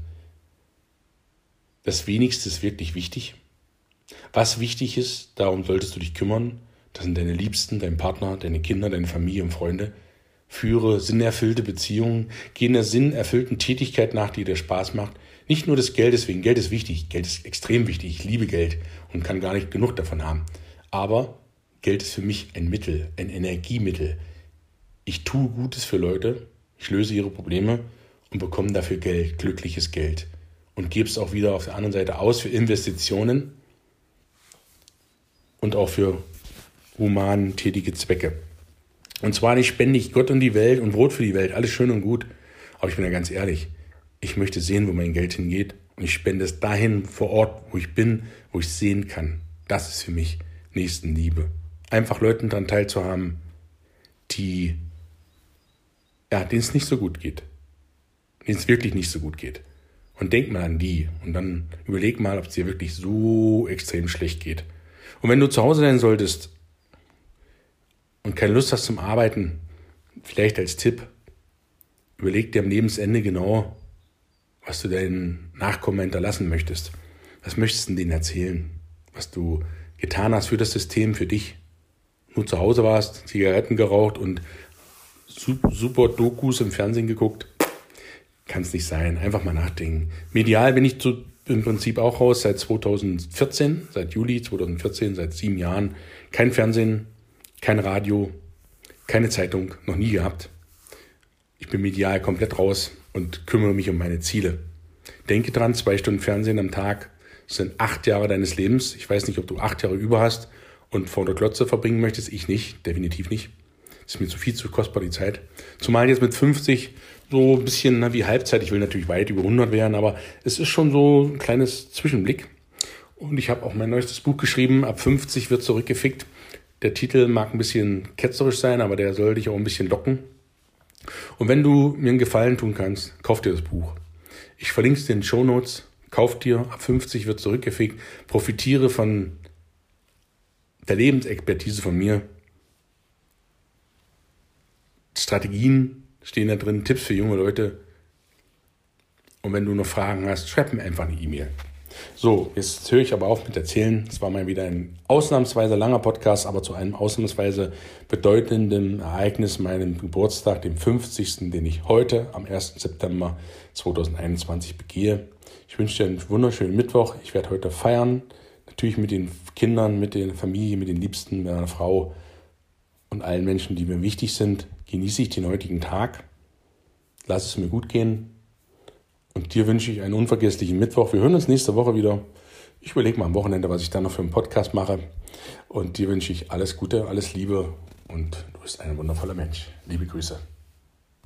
Das Wenigste ist wirklich wichtig. Was wichtig ist, darum solltest du dich kümmern. Das sind deine Liebsten, dein Partner, deine Kinder, deine Familie und Freunde. Führe sinnerfüllte Beziehungen. Geh einer sinnerfüllten Tätigkeit nach, die dir Spaß macht. Nicht nur des Geldes wegen. Geld ist wichtig. Geld ist extrem wichtig. Ich liebe Geld und kann gar nicht genug davon haben. Aber Geld ist für mich ein Mittel, ein Energiemittel. Ich tue Gutes für Leute, ich löse ihre Probleme und bekomme dafür Geld, glückliches Geld. Und gebe es auch wieder auf der anderen Seite aus für Investitionen und auch für human tätige Zwecke. Und zwar nicht spende ich Gott und die Welt und Brot für die Welt, alles schön und gut. Aber ich bin ja ganz ehrlich, ich möchte sehen, wo mein Geld hingeht. Und ich spende es dahin vor Ort, wo ich bin, wo ich sehen kann. Das ist für mich Nächstenliebe. Einfach Leuten daran teilzuhaben, denen es nicht so gut geht. Denen es wirklich nicht so gut geht. Und denk mal an die. Und dann überleg mal, ob es dir wirklich so extrem schlecht geht. Und wenn du zu Hause sein solltest und keine Lust hast zum Arbeiten, vielleicht als Tipp, überleg dir am Lebensende genau, was du deinen Nachkommen hinterlassen möchtest. Was möchtest du denen erzählen? Was du getan hast für das System, für dich. Nur zu Hause warst, Zigaretten geraucht und super Dokus im Fernsehen geguckt. Kann es nicht sein. Einfach mal nachdenken. Medial bin ich im Prinzip auch raus seit 2014, seit Juli 2014, seit 7 Jahren. Kein Fernsehen, kein Radio, keine Zeitung, noch nie gehabt. Ich bin medial komplett raus und kümmere mich um meine Ziele. Denke dran, 2 Stunden Fernsehen am Tag sind 8 Jahre deines Lebens. Ich weiß nicht, ob du 8 Jahre über hast und vor der Glotze verbringen möchtest. Ich nicht, definitiv nicht. Das ist mir zu kostbar, die Zeit. Zumal jetzt mit 50 so ein bisschen wie Halbzeit. Ich will natürlich weit über 100 werden, aber es ist schon so ein kleines Zwischenblick. Und ich habe auch mein neuestes Buch geschrieben. Ab 50 wird zurückgefickt. Der Titel mag ein bisschen ketzerisch sein, aber der soll dich auch ein bisschen locken. Und wenn du mir einen Gefallen tun kannst, kauf dir das Buch. Ich verlinke es dir in den Shownotes. Kauf dir, ab 50 wird zurückgefickt. Profitiere von der Lebensexpertise von mir. Strategien stehen da drin, Tipps für junge Leute. Und wenn du noch Fragen hast, schreib mir einfach eine E-Mail. So, jetzt höre ich aber auf mit Erzählen. Es war mal wieder ein ausnahmsweise langer Podcast, aber zu einem ausnahmsweise bedeutenden Ereignis, meinem Geburtstag, dem 50., den ich heute am 1. September 2021 begehe. Ich wünsche dir einen wunderschönen Mittwoch. Ich werde heute feiern. Natürlich mit den Kindern, mit der Familie, mit den Liebsten, mit meiner Frau und allen Menschen, die mir wichtig sind, genieße ich den heutigen Tag. Lass es mir gut gehen. Und dir wünsche ich einen unvergesslichen Mittwoch. Wir hören uns nächste Woche wieder. Ich überlege mal am Wochenende, was ich dann noch für einen Podcast mache. Und dir wünsche ich alles Gute, alles Liebe und du bist ein wundervoller Mensch. Liebe Grüße.